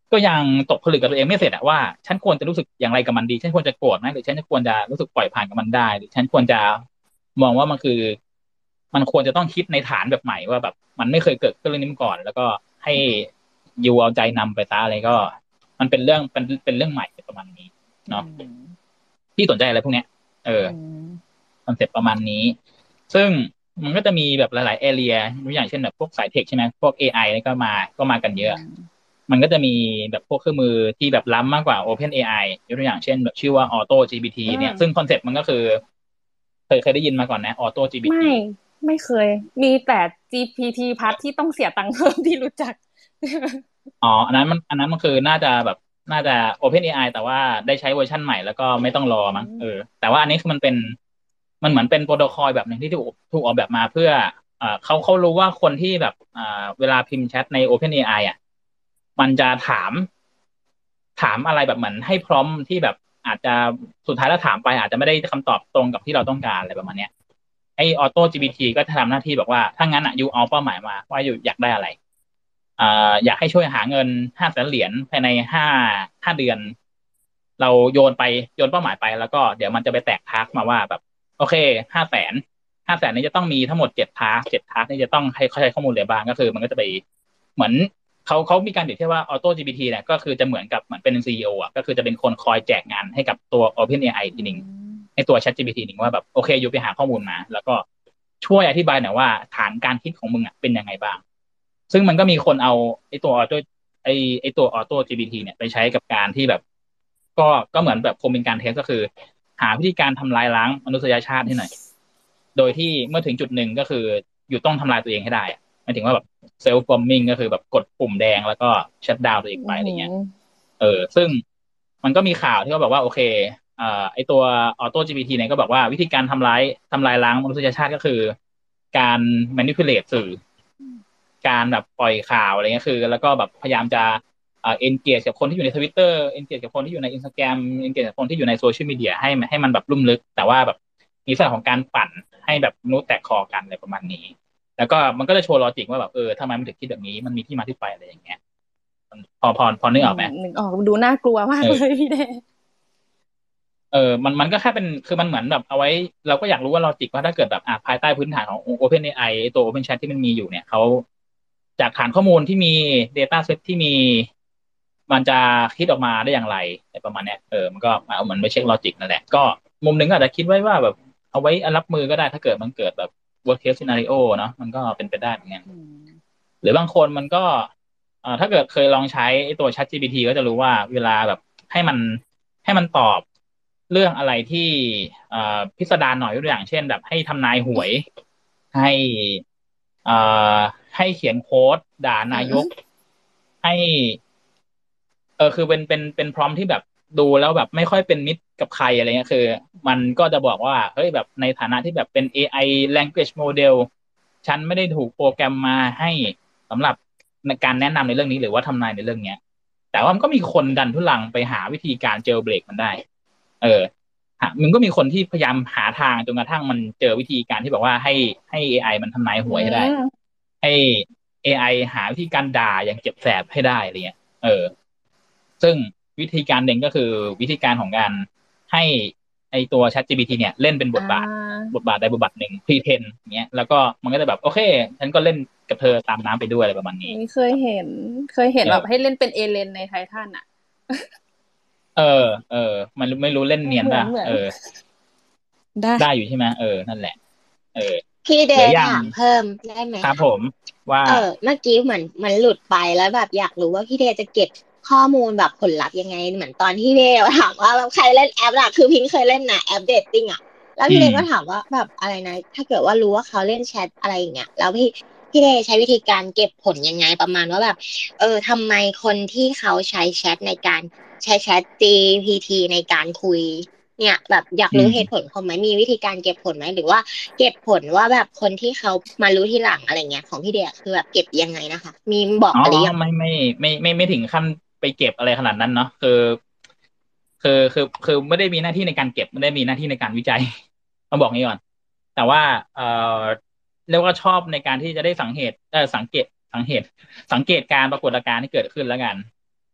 ก็ยังตกผลึกกับตัวเองไม่เสร็จอะว่าฉันควรจะรู้สึกอย่างไรกับมันดีฉันควรจะโกรธไหมหรือฉันจะควรจะรู้สึกปล่อยผ่านกับมันได้หรือฉันควรจะมองว่ามันคือมันควรจะต้องคิดในฐานแบบใหม่ว่าแบบมันไม่เคยเกิดขึ้นเรื่องนี้มาก่อนแล้วก็ให้ยูเอาใจนำไปซะอะไรก็ มันเป็นเรื่องเป็นเป็นเรื่องใหม่ประมาณนี้เนาะที่สนใจอะไรพวกเนี้ยเออคอนเซ็ปต์ประมาณนี้ ซึ่งมันก็จะมีแบบหลายๆแอเรียอย่างเช่นแบบพวกสายเทคใช่ไหมพวก เอ ไอ นี่ก็มาก็มากันเยอะ มันก็จะมีแบบพวกเครื่องมือที่แบบล้ำมากกว่า OpenAI ยกตัวอย่างเช่นแบบชื่อว่า Auto จี พี ที เนี่ยซึ่งคอนเซ็ปต์มันก็คือเคยเคยได้ยินมาก่อนนะ Auto จี พี ทีไม่ไม่เคยมีแต่ จี พี ที พัทที่ต้องเสียตังค์เพิ่มที่รู้จักอ๋ออันนั้นมันอันนั้นมันคือน่าจะแบบน่าจะ OpenAI แต่ว่าได้ใช้เวอร์ชันใหม่แล้วก็ไม่ต้องรอมั้งเออแต่ว่าอันนี้คือมันเป็นมันเหมือนเป็นโปรโตคอลแบบหนึ่งที่ถูกถูกออกแบบมาเพื่อเอ่อเขาเขารู้ว่าคนที่แบบอ่าเวลาพิมพ์แชทใน OpenAI อ่ะมันจะถามถามอะไรแบบเหมือนให้พร้อมที่แบบอาจจะสุดท้ายแล้วถามไปอาจจะไม่ได้คำตอบตรงกับที่เราต้องการอะไรประมาณเนี้ยไอ้ Auto จี พี ที ก็จะทำหน้าที่บอกว่าถ้างั้นอ่ะยูเอาเป้าหมายมาว่ายูอยากได้อะไร อ่าอยากให้ช่วยหาเงินห้าแสนเหรียญภายในห้าห้าเดือน เราโยนไปโยนเป้าหมายไปแล้วก็เดี๋ยวมันจะไปแตกทาร์กมาว่าแบบโอเคห้าแสนห้าแสนนี้จะต้องมีทั้งหมดเจ็ดทาร์กเจ็ดทาร์กนี่จะต้องให้เขาใช้ข้อมูลอะไรบ้างก็คือมันก็จะไปเหมือนเขาเขามีการเปรียบเทียบว่า Auto จี พี ที เนี่ยก็คือจะเหมือนกับเหมือนเป็น ซี อี โอ อ่ะก็คือจะเป็นคนคอยแจกงานให้กับตัว OpenAI ทีหนึ่งให้ตัว ChatGPT หนึ่งว่าแบบโอเคอยู่ไปหาข้อมูลมา แล้วก็ช่วยอธิบายหน่อยว่าฐานการคิดของมึงอ่ะเป็นยังไงบ้าง ซึ่งมันก็มีคนเอาไอ้ตัวออโต้ไอ้ไอ้ตัวออโต้ จี พี ที เนี่ยไปใช้กับการที่แบบก็ก็เหมือนแบบคงเป็นการเทสก็คือ หาวิธีการทำลายล้างมนุษยชาติให้หน่อยโดยที่เมื่อถึงจุดหนึ่งก็คืออยู่ต้องทำลายตัวเองให้ได้หมายถึงว่าแบบเซลฟ์บอมบิงก็คือแบบกดปุ่มแดงแล้วก็ชัตดาวน์ตัวเองไปอะไรเงี้ยเออซึ่งมันก็มีข่าวที่เขาบอกว่าโอเคอ่าไอตัวออโต้ จี พี ที เนี่ยก็บอกว่าวิธีการทำร้ายทำลายล้างมนุษยชาติก็คือการ manipulate สื่อ การแบบปล่อยข่าวอะไรเงี้ยคือแล้วก็แบบพยายามจะเอ่อ engage กับคนที่อยู่ในทวิตเตอร์ engage กับคนที่อยู่ใน Instagram engage กับคนที่อยู่ในโซเชียลมีเดียให้ให้มันแบบลุ่มลึกแต่ว่าแบบมีส่วนของการปั่นให้แบบมนุษย์แตกคอกันอะไรประมาณนี้ แล้วก็มันก็จะโชว์ลอจิกว่าแบบเออทำไมมันถึงคิดแบบนี้มันมีที่มาที่ไปอะไรอย่างเงี้ยพอพอพอนึกออกไหมนึกออกดูน่ากลัวมากเลยพี่เดเออมันมันก็แค่เป็นคือมันเหมือนแบบเอาไว้เราก็อยากรู้ว่าลอจิกว่าถ้าเกิดแบบอ่ะภายใต้พื้นฐานของ OpenAI ตัว OpenChat ที่มันมีอยู่เนี่ยเขาจากฐานข้อมูลที่มี Data Set ที่มีมันจะคิดออกมาได้อย่างไรอะไรประมาณเนี้ยเออมันก็เอาเหมือนไปเช็คลอจิกนั่นแหละก็มุมหนึ่งก็อาจจะคิดไว้ว่าแบบเอาไว้รับมือก็ได้ถ้าเกิดมันเกิดแบบ worst case scenario เนาะมันก็เป็นไปได้เหมือนกันหรือบางคนมันก็เอ่อถ้าเกิดเคยลองใช้ไอ้ตัว ChatGPT ก็จะรู้ว่าเวลาแบบให้มันให้มันตอบเรื่องอะไรที่เอ่อพิสดารหน่อยยกตัวอย่างเช่นแบบให้ทำนายหวยให้เอ่อให้เขียนโค้ดด่านายกให้เออคือเป็นเป็นเป็นพรอมที่แบบดูแล้วแบบไม่ค่อยเป็นมิตรกับใครอะไรเงี้ยคือมันก็จะบอกว่าเฮ้ยแบบในฐานะที่แบบเป็น เอ ไอ language model ฉันไม่ได้ถูกโปรแกรมมาให้สำหรับในการแนะนำในเรื่องนี้หรือว่าทำนายในเรื่องเนี้ยแต่ว่ามันก็มีคนดันทุลังไปหาวิธีการเจลเบรกมันได้ เออหามันก็มีคนที่พยายามหาทางจนกระทั่งมันเจอวิธีการที่แบบว่าให้ให้ เอ ไอ มันทำนายหวยให้ได้ ให้ เอ ไอ หาวิธีการด่าอย่างเจ็บแสบให้ได้อะไรเงี้ยเออ ซึ่งวิธีการหนึ่งก็คือวิธีการของการให้ไอตัว ChatGPT เนี่ยเล่นเป็นบทบาทบทบาทใดบทบาทหนึ่งพรีเทนอย่างเงี้ยแล้วก็มันก็จะแบบโอเคฉันก็เล่นกับเธอตามน้ำไปด้วยอะไรประมาณนี้เคยเห็นเคยเห็นแบบให้เล่นเป็นเอเลนในไททันอ่ะเออเออมันไม่รู้เล่นเนียนป่ะเออได้ได้อยู่ใช่ไหมเออนั่นแหละเออพี่เดย์ถามเพิ่มได้ไหมครับผมว่าเออเมื่อกี้เหมือนมันหลุดไปแล้วแบบอยากรู้ว่าพี่เดย์จะเก็บข้อมูลแบบผลลัพธ์ยังไงเหมือนตอนที่พี่เดย์ถามว่าใครเล่นแอปอะคือพิงเคยเล่นนะแอปเดทติ้งอะแล้วพี่เดย์ก็ถามว่าแบบอะไรนะถ้าเกิดว่ารู้ว่าเขาเล่นแชทอะไรอย่างเงี้ยแล้วพี่พี่เดย์ใช้วิธีการเก็บผลยังไงประมาณว่าแบบเออทำไมคนที่เขาใช้แชทในการใช้แชท จี พี ที ในการคุยเนี่ยแบบอยากรู้เหตุผลเขาไหมมีวิธีการเก็บผลไหมหรือว่าเก็บผลว่าแบบคนที่เขามารู้ทีหลังอะไรเงี้ยของพี่เดียคือแบบเก็บยังไงนะคะมีบอกอ๋ออะไรยังไม่ไม่ไม่ไม่ไม่ถึงขั้นไปเก็บอะไรขนาดนั้นเนาะคือคือคือคือไม่ได้มีหน้าที่ในการเก็บไม่ได้มีหน้าที่ในการวิจัยต้องบอกงี้ก่อนแต่ว่าเออเรียกว่าชอบในการที่จะได้สังเกตเออสังเกตสังเกตสังเกตการปรากฏการณ์ที่เกิดขึ้นแล้วกัน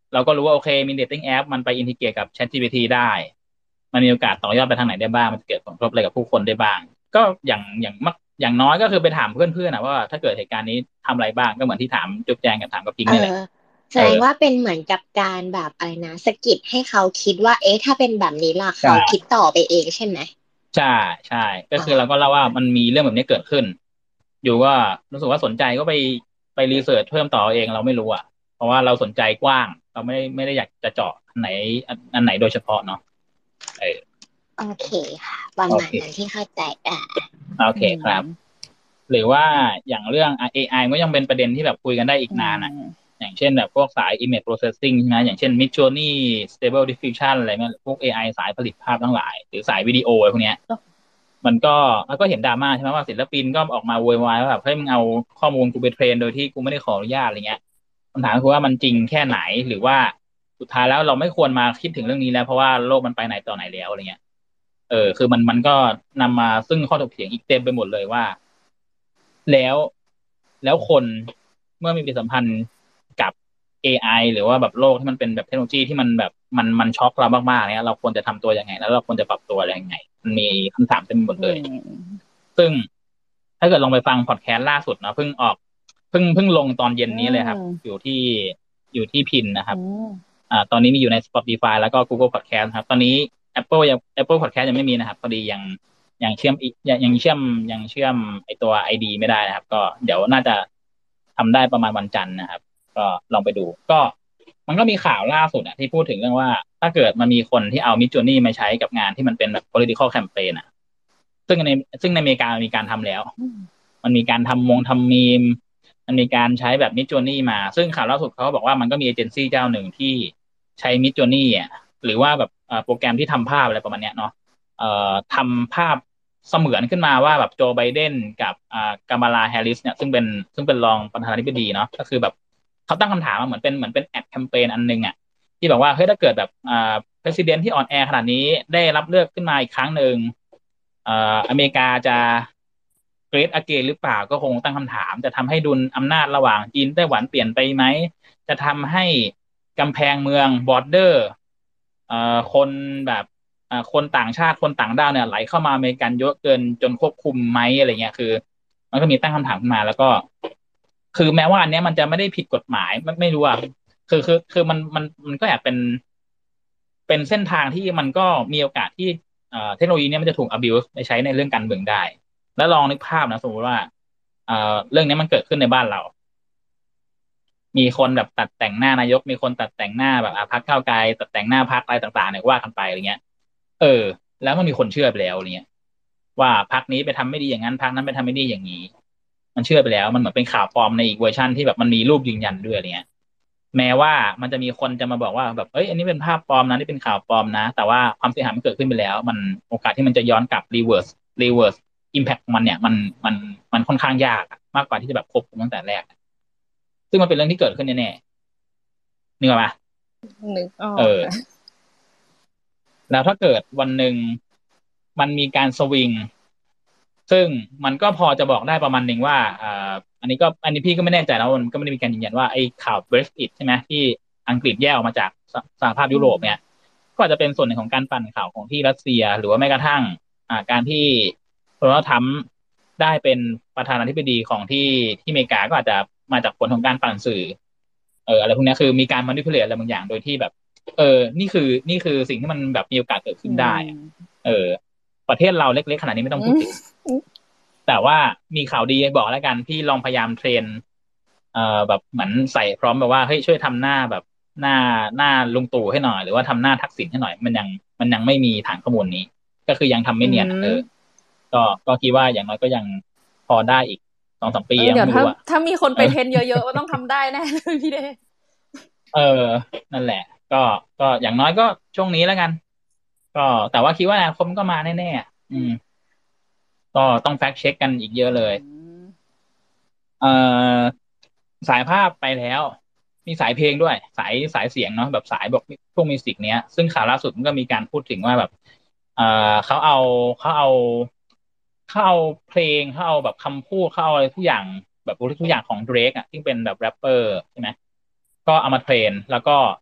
เราก็รู้ว่าโอเคมี dating app มันไปอินทิเกรตกับ ChatGPT ได้มันมีโอกาสต่อยอดไปทางไหนได้บ้างมันจะเกิดผลกระทบอะไรกับผู้คนได้บ้างก็อย่างอย่างมักอย่างน้อยก็คือไปถามเพื่อนๆนะว่าถ้าเกิดเหตุการณ์นี้ทำอะไรบ้างก็เหมือนที่ถามจุ๊บแจงกับถามกับพิงเอค์นี่แหละอแสเออดงว่าเป็นเหมือนกับการแบบอะไรนะสะกิดให้เขาคิดว่าเอ๊ะถ้าเป็นแบบนี้ล่ะเขาคิใช่ดต่อไปเองใช่ไหมใช่ใช่ก็อ๋อคือเราก็เล่าว่ามันมีเรื่องแบบนี้เกิดขึ้นอยู่ก็รู้สึกว่าสนใจก็ไปไปรีเสิร์ชเพิ่มต่อเองเราไม่รู้อ่ะเพราะว่าเราสนใจกว้างเราไม่ไม่ได้อยากจะเจาะอันไหนอันไหนโดยเฉพาะเนาะเออโอเคค่ะประโอเคมาณนั้นที่เข้าใจอ่าโออืเคครับมหรือว่าอย่างเรื่อง เอ ไอ มันก็ยังเป็นประเด็นที่แบบคุยกันได้อีกอืนานอ่ะมอย่างเช่นแบบพวกสาย image processing ใช่ไหมอย่างเช่น Midjourney Stable Diffusion อะไรเงี้ยพวก เอ ไอ สายผลิตภาพทั้งหลายหรือสายวิดีโออะไรพวกเนี้ยมันก็มันก็เห็นดราม่าใช่ไหมว่าศิลปินก็ออกมาโวยวายว่าแบบเฮ้ยมึงเอาข้อมูลกูไปเทรนโดยที่กูไม่ได้ขออนุญาตอะไรเงี้ยคำถามคือว่ามันจริงแค่ไหนหรือว่าสุดท้ายแล้วเราไม่ควรมาคิดถึงเรื่องนี้แล้วเพราะว่าโลกมันไปไหนต่อไหนแล้วอะไรเงี้ยเออคือมันมันก็นำมาซึ่งข้อถกเถียงอีกเต็มไปหมดเลยว่า แล้วแล้วคนเมื่อมีปฏิสัมพันธ์กับ เอ ไอ หรือว่าแบบโลกที่มันเป็นแบบเทคโนโลยีที่มันแบบมันมันช็อกเรามากๆเนี่ยเราควรจะทำตัวยังไงแล้วเราควรจะปรับตัวอะไรยังไงมันมีคำถามเต็มไปหมดอืเลยมซึ่งถ้าเกิดลองไปฟังพอดแคสต์ล่าสุดเนาะเพิ่งออกเพิ่งเพิ่งลงตอนเย็นอืนี้เลยครับมอยู่ที่อยู่ที่พินนะคอืรับมอ่าตอนนี้มีอยู่ใน Spotify แล้วก็ Google Podcast ครับตอนนี้ Apple ยัง Apple Podcast ยังไม่มีนะครับพอดียัง ยังเชื่อมอีกยังยังเชื่อมยังเชื่อมไอตัวไอดีไม่ได้นะครับก็เดี๋ยวน่าจะทำได้ประมาณวันจันทร์นะครับก็ลองไปดูก็มันก็มีข่าวล่าสุดอะที่พูดถึงเรื่องว่าถ้าเกิดมันมีคนที่เอามิดจ o นี่มาใช้กับงานที่มันเป็นแบบ political campaign อะซึ่งในซึ่งในอเมริกามันมีการทำแล้วอืมมันมีการทำมงทำมีมมันมีการใช้แบบมิดจ o นี่มาซึ่งข่าวล่าสุดเขาก็บอกว่ามันก็มีเอเจนซี่เจ้าหนึ่งที่ใช้มิดจ o นี่อ่ะหรือว่าแบบเอ่อโปรแกรมที่ทำภาพอะไรประมาณเนี้ยเนาะ เอ่อทำภาพเสมือนขึ้นมาว่าแบบโจไบเดนกับอ่ากามาลาแฮร์ริสเนี่ยซึ่งเป็นซึ่งเป็นรองประธานาธิบดีเนาะก็คือแบบเขาตั้งคำถามมาเหมือนเป็นเหมือนเป็นแอดแคมเปญอันนึงอ่ะที่บอกว่าเฮ้ยถ้าเกิดแบบอ่าประธานาธิบดีที่อ่อนแอขนาดนี้ได้รับเลือกขึ้นมาอีกครั้งหนึ่งเอ่ออเมริกาจะเกรดอเกนหรือเปล่าก็คงตั้งคำถามจะทำให้ดุลอำนาจระหว่างจีนไต้หวันเปลี่ยนไปไหมจะทำให้กำแพงเมืองบอร์เดอร์เอ่อคนแบบ อ่าคนต่างชาติคนต่างด้าวเนี่ยไหลเข้ามาอเมริกันเยอะเกินจนควบคุมไหมอะไรเงี้ยคือมันก็มีตั้งคำถามขึ้นมาแล้วก็คือแม้ว่าอันเนี้ยมันจะไม่ได้ผิดกฎหมายไม่ไม่รู้อ่ะคือคือคือมันมันมันก็แอบเป็นเป็นเส้นทางที่มันก็มีโอกาสที่เอ่อเทคโนโลยีเนี้ยมันจะถูก abuse ไปใช้ในเรื่องการเมืองได้แล้วลองนึกภาพนะสมมติว่าเอ่อเรื่องนี้มันเกิดขึ้นในบ้านเรา มีคนแบบตัดแต่งหน้านายกมีคนตัดแต่งหน้าแบบอ่ะพรรคก้าวไกลตัดแต่งหน้าพรรคอะไรต่างๆเนี่ยว่ากันไปอะไรเงี้ยเออแล้วมันมีคนเชื่อไปแล้วอะไรเงี้ยว่าพรรคนี้ไปทำไม่ดีอย่างนั้นพรรคนั้นไปทำไม่ดีอย่างนี้มันเชื่อไปแล้วมันเหมือนเป็นข่าวปลอมในอีกเวอร์ชันที่แบบมันมีรูปยืนยันด้วยอะไรเงี้ยแม้ว่ามันจะมีคนจะมาบอกว่าแบบเอ้ยอันนี้เป็นภาพปลอมนะนี่เป็นข่าวปลอมนะแต่ว่าความเสียหายมันเกิดขึ้นไปแล้วมันโอกาสที่มันจะย้อนกลับ reverse reverse impact ของมันเนี่ยมันมันมันค่อนข้างยากอะมากกว่าที่จะแบบควบคุมตั้งแต่แรกซึ่งมันเป็นเรื่องที่เกิดขึ้นแน่ๆนึกออกปะนึกออเออกค่ะแล้วถ้าเกิดวันหนึ่งมันมีการสวิงซึ่งมันก็พอจะบอกได้ประมาณหนึ่งว่าอ่าอันนี้ก็อันนี้พี่ก็ไม่แน่ใจนะมันก็ไม่ได้มีการยืนยันว่าไอ้ข่าว Brexit ใช่ไหมที่อังกฤษแยกออกมาจากสสหภาพอืยุโรปเนี่ยมก็อาจจะเป็นส่วนหนึ่งของการปั่นข่าวของที่รัสเซียหรือว่าแม้กระทั่งอ่าการที่โดนัลด์ทรัมป์ได้เป็นประธานาธิบดีของที่ที่อเมริกาก็อาจจะมาจากผลของการปั่นสื่อเอออะไรพวกเนี้ยคือมีการ manipulate อะไรบางอย่างโดยที่แบบ เออนี่คือนี่คือสิ่งที่มันแบบมีโอกาสเกิดอืขึ้นได้อะมเออประเทศเราเล็กๆขนาดนี้ไม่ต้ออืงพูดถึงมแต่ว่ามีข่าวดีบอกแล้วกันพี่ลองพยายามเทรนเอ่อแบบเหมือนใส่พร้อมแบบว่าเฮ้ยช่วยทำหน้าแบบหน้าหน้าลุงตู่ให้หน่อยหรือว่าทำหน้าทักษิณให้หน่อยมันยังมันยังไม่มีฐานข้อมูลนี้ก็คือยังทำอืไม่เนียนอะเออมก็ก็คิดว่าอย่างน้อยก็ยังพอได้อีกสองสามปีเออเดี๋ยวถ้ายังไม่รู้อะถ้ามีคนเออไปเทรนเยอะๆมันต้องทำได้แน่เลยพี่เดย์เออนั่นแหละก็ก็อย่างน้อยก็ช่วงนี้แล้วกันก็แต่ว่าคิดว่าอนาคตมันก็มาแน่ๆอืม ก็ต้องแฟกเช็คกันอีกเยอะเลยอืมเอ่อสายภาพไปแล้วมีสายเพลงด้วยสายสายเสียงเนาะแบบสายบอกพวกมิวสิกเนี้ยซึ่งข่าวล่าสุดมันก็มีการพูดถึงว่าแบบเอ่อเขาเอาเขาเอาเขาเอาเพลงเขาเอาแบบคำพูดเขาเอาอะไรทุกอย่างแบบทุกอย่างของ Drake อ่ะที่เป็นแบบแรปเปอร์ใช่ไหมก็เอามาเทรนแล้วก็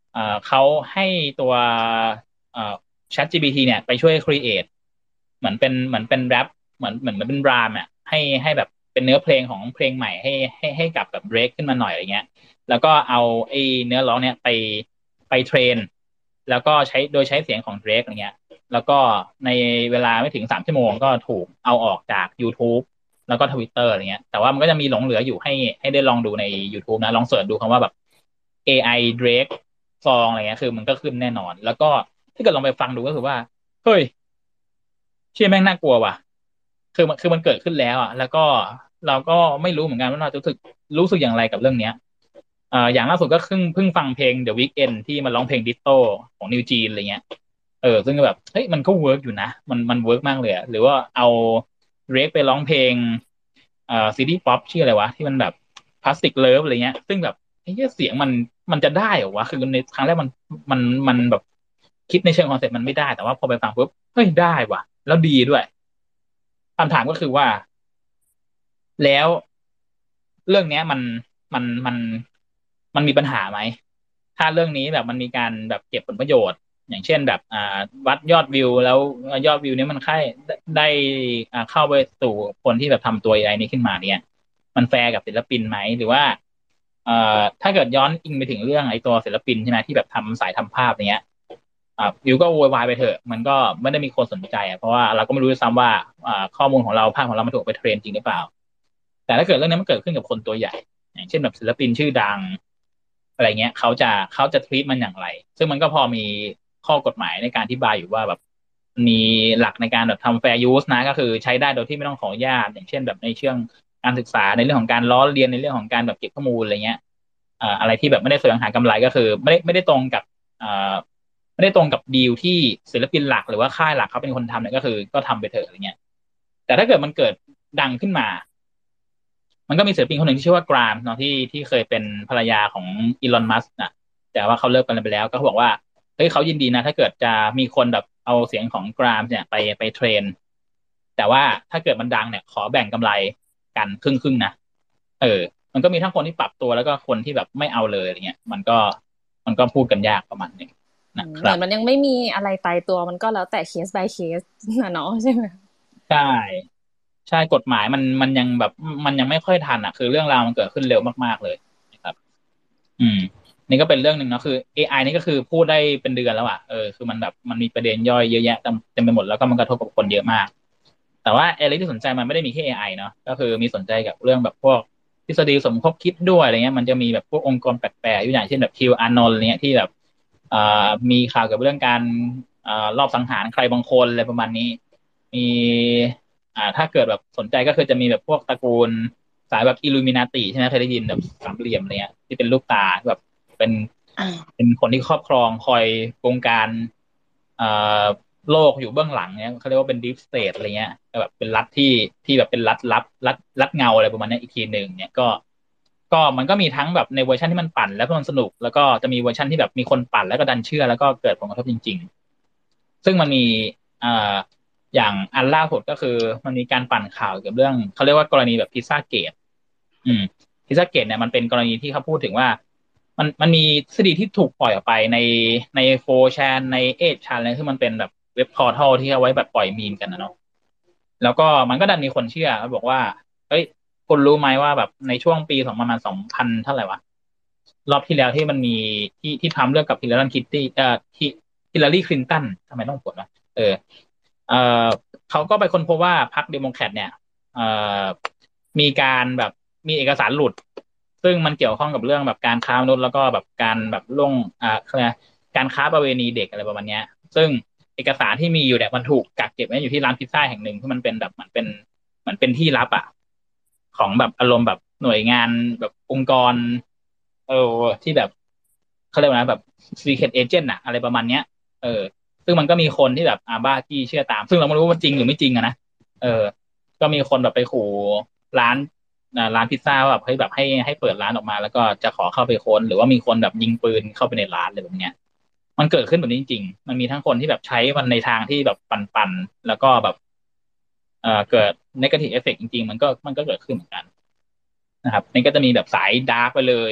เอ่อเขาให้ตัวเอ่อ ChatGPT เนี่ยไปช่วย create เหมือนเป็นเหมือนเป็นแรปเหมือนเหมือนเหมือนเป็นรามอ่ะให้ให้แบบเป็นเนื้อเพลงของเพลงใหม่ให้ให้ให้กับแบบ Drake ขึ้นมาหน่อยอะไรเงี้ยแล้วก็เอาไอ้เนื้อร้องเนี่ยไปไปเทรนแล้วก็ใช้โดยใช้เสียงของ Drake อะไรเงี้ยแล้วก็ในเวลาไม่ถึงสามชั่วโมงก็ถูกเอาออกจาก YouTube แล้วก็ Twitter อะไรเงี้ยแต่ว่ามันก็จะมีหลงเหลืออยู่ให้ให้ได้ลองดูใน YouTube นะลองเสิร์ชดูคำว่าแบบ เอ ไอ Drake ซองอะไรเงี้ยคือมันก็ขึ้นแน่นอนแล้วก็ถ้าเกิดลองไปฟังดูก็คือว่าเฮ้ยเชี่ยแม่งน่ากลัวว่ะคือมันคือมันเกิดขึ้นแล้วอ่ะแล้วก็เราก็ไม่รู้เหมือนกันว่าเราจะรู้สึกรู้สึกอย่างไรกับเรื่องเนี้ยเอ่ออย่างล่าสุดก็เพิ่งเพิ่งฟังเพลง The Weeknd ที่มันร้องเพลง Ditto ของนิวจีนอะไรเงี้ยเออซึ่งก็แบบเฮ้ยมันก็เวิร์กอยู่นะมันมันเวิร์กมากเลยอะหรือว่าเอา Drake ไปร้องเพลงเอ่อซีรีส์ป๊อปชื่ออะไรวะที่มันแบบพลาสติกเลิฟอะไรเงี้ยซึ่งแบบไอ้เหี้ยเสียงมันมันจะได้เหรอวะคือในครั้งแรกมันมันมันแบบคิดในเชิงคอนเซ็ปต์มันไม่ได้แต่ว่าพอไปฟังปุ๊บเฮ้ยได้ว่ะแล้วดีด้วยคำถามก็คือว่าแล้วเรื่องเนี้ยมันมันมันมันมีปัญหาไหมถ้าเรื่องนี้แบบมันมีการแบบเก็บผลประโยชน์อย่างเช่นแบบอ่าวัดยอดวิวแล้วยอดวิวเนี้ยมันค่ายได้อ่าเข้าไปสู่คนที่แบบทำตัว เอ ไอ นี้ขึ้นมาเนี่ย มันแฟร์กับศิลปินไหมหรือว่าเอ่อถ้าเกิดย้อนอิงไปถึงเรื่องไอ้ตัวศิลปินใช่ไหมที่แบบทำสายทำภาพอย่างเงี้ยอ่าวิวก็โวยวายไปเถอะมันก็ไม่ได้มีคนสนใจอ่ะเพราะว่าเราก็ไม่รู้ด้วยซ้ำว่าอ่าข้อมูลของเราภาพของเรามันถูกไปเทรนจริงหรือเปล่าแต่ถ้าเกิดเรื่องนี้มันเกิดขึ้นกับคนตัวใหญ่อย่างเช่นแบบศิลปินชื่อดังอะไรเงี้ยเขาจะเขาจะทรีตมันอย่างไรซึ่งมันก็พอมีข้อกฎหมายในการอธิบายอยู่ว่าแบบมีหลักในการแบบทำ fair use นะก็คือใช้ได้โดยที่ไม่ต้องขออนุญาตอย่างเช่นแบบในเชิง การศึกษาในเรื่องของการล้อเลียนในเรื่องของการแบบเก็บข้อมูลอะไรเงี้ยเอ่ออะไรที่แบบไม่ได้แสวงหากำไรก็คือไม่ได้ไม่ได้ตรงกับเอ่อไม่ได้ตรงกับดีลที่ศิลปินหลักหรือว่าค่ายหลักเขาเป็นคนทำเนี่ยก็คือก็ทำไปเถอะอะไรเงี้ยแต่ถ้าเกิดมันเกิดดังขึ้นมามันก็มีศิลปินคนหนึ่งที่ชื่อว่ากรามเนาะที่ที่เคยเป็นภรรยาของอีลอนมัสก์นะแต่ว่าเขาเลิกกันไปแล้วก็เขาบอกว่าเฮ้ยเขายินดีนะถ้าเกิดจะมีคนแบบเอาเสียงของกรามเนี่ยไปไปเทรนแต่ว่าถ้าเกิดมันดังเนี่ยขอแบ่งกำไรกันครึ่งครึ่งนะ เออมันก็มีทั้งคนที่ปรับตัวแล้วก็คนที่แบบไม่เอาเลยอะไรเงี้ยมันก็มันก็พูดกันยากประมาณหนึงอืมนะครับเหมือนมันยังไม่มีอะไรตายตัวมันก็แล้วแต่เคส by เคสนะเนาะใช่ไหมใช่ใช่กฎหมายมันมันยังแบบมันยังไม่ค่อยทันอ่ะคือเรื่องราวมันเกิดขึ้นเร็วมากๆเลยนะครับอืมนี่ก็เป็นเรื่องหนึ่งเนาะคือ เอ ไอ นี่ก็คือพูดได้เป็นเดือนแล้วอ่ะเออคือมันแบบมันมีประเด็นย่อยเยอะแยะเต็มเต็มไปหมดแล้วก็มันกระทบกับคนเยอะมาก แต่ว่าอะไรที่สนใจมันไม่ได้มีแค่ เอ ไอ เนาะก็คือมีสนใจกับเรื่องแบบพวกทฤษฎีสมคบคิดด้วยอะไรเงี้ยมันจะมีแบบพวกองค์กรแปลกๆอยู่อย่างเช่นแบบคิวอานนท์อะไรเงี้ยที่แบบเอ่อมีข่าวเกี่ยวกับเรื่องการเอ่อลอบสังหารใครบางคนอะไรประมาณนี้มีอ่าถ้าเกิดแบบสนใจก็คือจะมีแบบพวกตระกูลสายแบบอิลูมินาติใช่ไหมเคยได้ยินแบบสามเหลี่ยมอะไรเงี้ยที่เป็นลูกตาแบบเป็นอ่าเป็นคนที่ครอบครองคอยบงการเอ่อ โลกอยู่เบื้องหลังเนี้ยเขาเรียกว่าเป็นดีฟสเตทอะไรเงี้ยก็แบบเป็นรัฐที่ที่แบบเป็นรัฐลับรัฐรัฐเงาอะไรประมาณนี้อีกทีหนึ่งเนี่ยก็ก็มันก็มีทั้งแบบในเวอร์ชันที่มันปั่นแล้วมันสนุกแล้วก็จะมีเวอร์ชันที่แบบมีคนปั่นแล้วก็ดันเชื่อแล้วก็เกิดผลกระทบจริงๆซึ่งมันมีอ่าอย่างอันล่าสุดก็คือมันมีการปั่นข่าวเกี่ยวกับเรื่องเขาเรียกว่ากรณีแบบพิซซ่าเกตอืมพิซซ่าเกตเนี่ยมันเป็นกรณีที่เขาพูดถึงว่า มันมันมีทฤษฎีที่ถูกปล่อยออกไปในในโฟร์แชนในเอชชันอะไรที่มันเป็นแบบเว็บพอร์ทัลที่เอาไว้แบบปล่อยมีมกันนะเนาะแล้วก็มันก็ดันมีคนเชื่อเขาบอกว่าเฮ้ยคุณรู้ไหมว่าแบบในช่วงปีสองประมาณสองพันเท่าไหร่วะรอบที่แล้วที่มันมีที่ที่ทำเรื่องกับฮิลลารีคิตตี้เอ่อที่ฮิลลารีคลินตันทำไมต้องปวดวะเออเออเขาก็ไปค้นพบว่าพรรคเดโมแครตเนี่ยเอ่อมีการแบบมีเอกสารหลุด ซึ่งมันเกี่ยวข้องกับเรื่องแบบการค้ามนุษย์แล้วก็แบบการแบบล่วงอ่าเขาเรียกอะไรการค้าประเวณีเด็กอะไรประมาณเนี้ยซึ่งเอกสารที่มีอยู่เนี่ยมันถูกกักเก็บไว้อยู่ที่ร้านพิซซ่าแห่งหนึ่งที่มันเป็นแบบเหมือนเป็นเหมือนเป็นที่ลับอ่ะของแบบอารมณ์แบบหน่วยงานแบบองค์กรเออที่แบบเขาเรียกว่านะแบบ secret agent อะอะไรประมาณเนี้ยเออซึ่งมันก็มีคนที่แบบอาบ้าจี้เชื่อตามซึ่งเราไม่รู้ว่ามันจริงหรือไม่จริงอะนะเออก็มีคนแบบไปขู่ร้าน อ่าร้านพิซซ่าว่าแบบเฮ้ยแบบให้ให้เปิดร้านออกมาแล้วก็จะขอเข้าไปค้นหรือว่ามีคนแบบยิงปืนเข้าไปในร้านอะไรแบบเนี้ยมันเกิดขึ้นแบบนี้จริงๆมันมีทั้งคนที่แบบใช้มันในทางที่แบบปั่นๆแล้วก็แบบเอ่อเกิด negative effect จริงๆมันก็มันก็เกิดขึ้นเหมือนกันนะครับมันก็จะมีแบบสายดาร์กไปเลย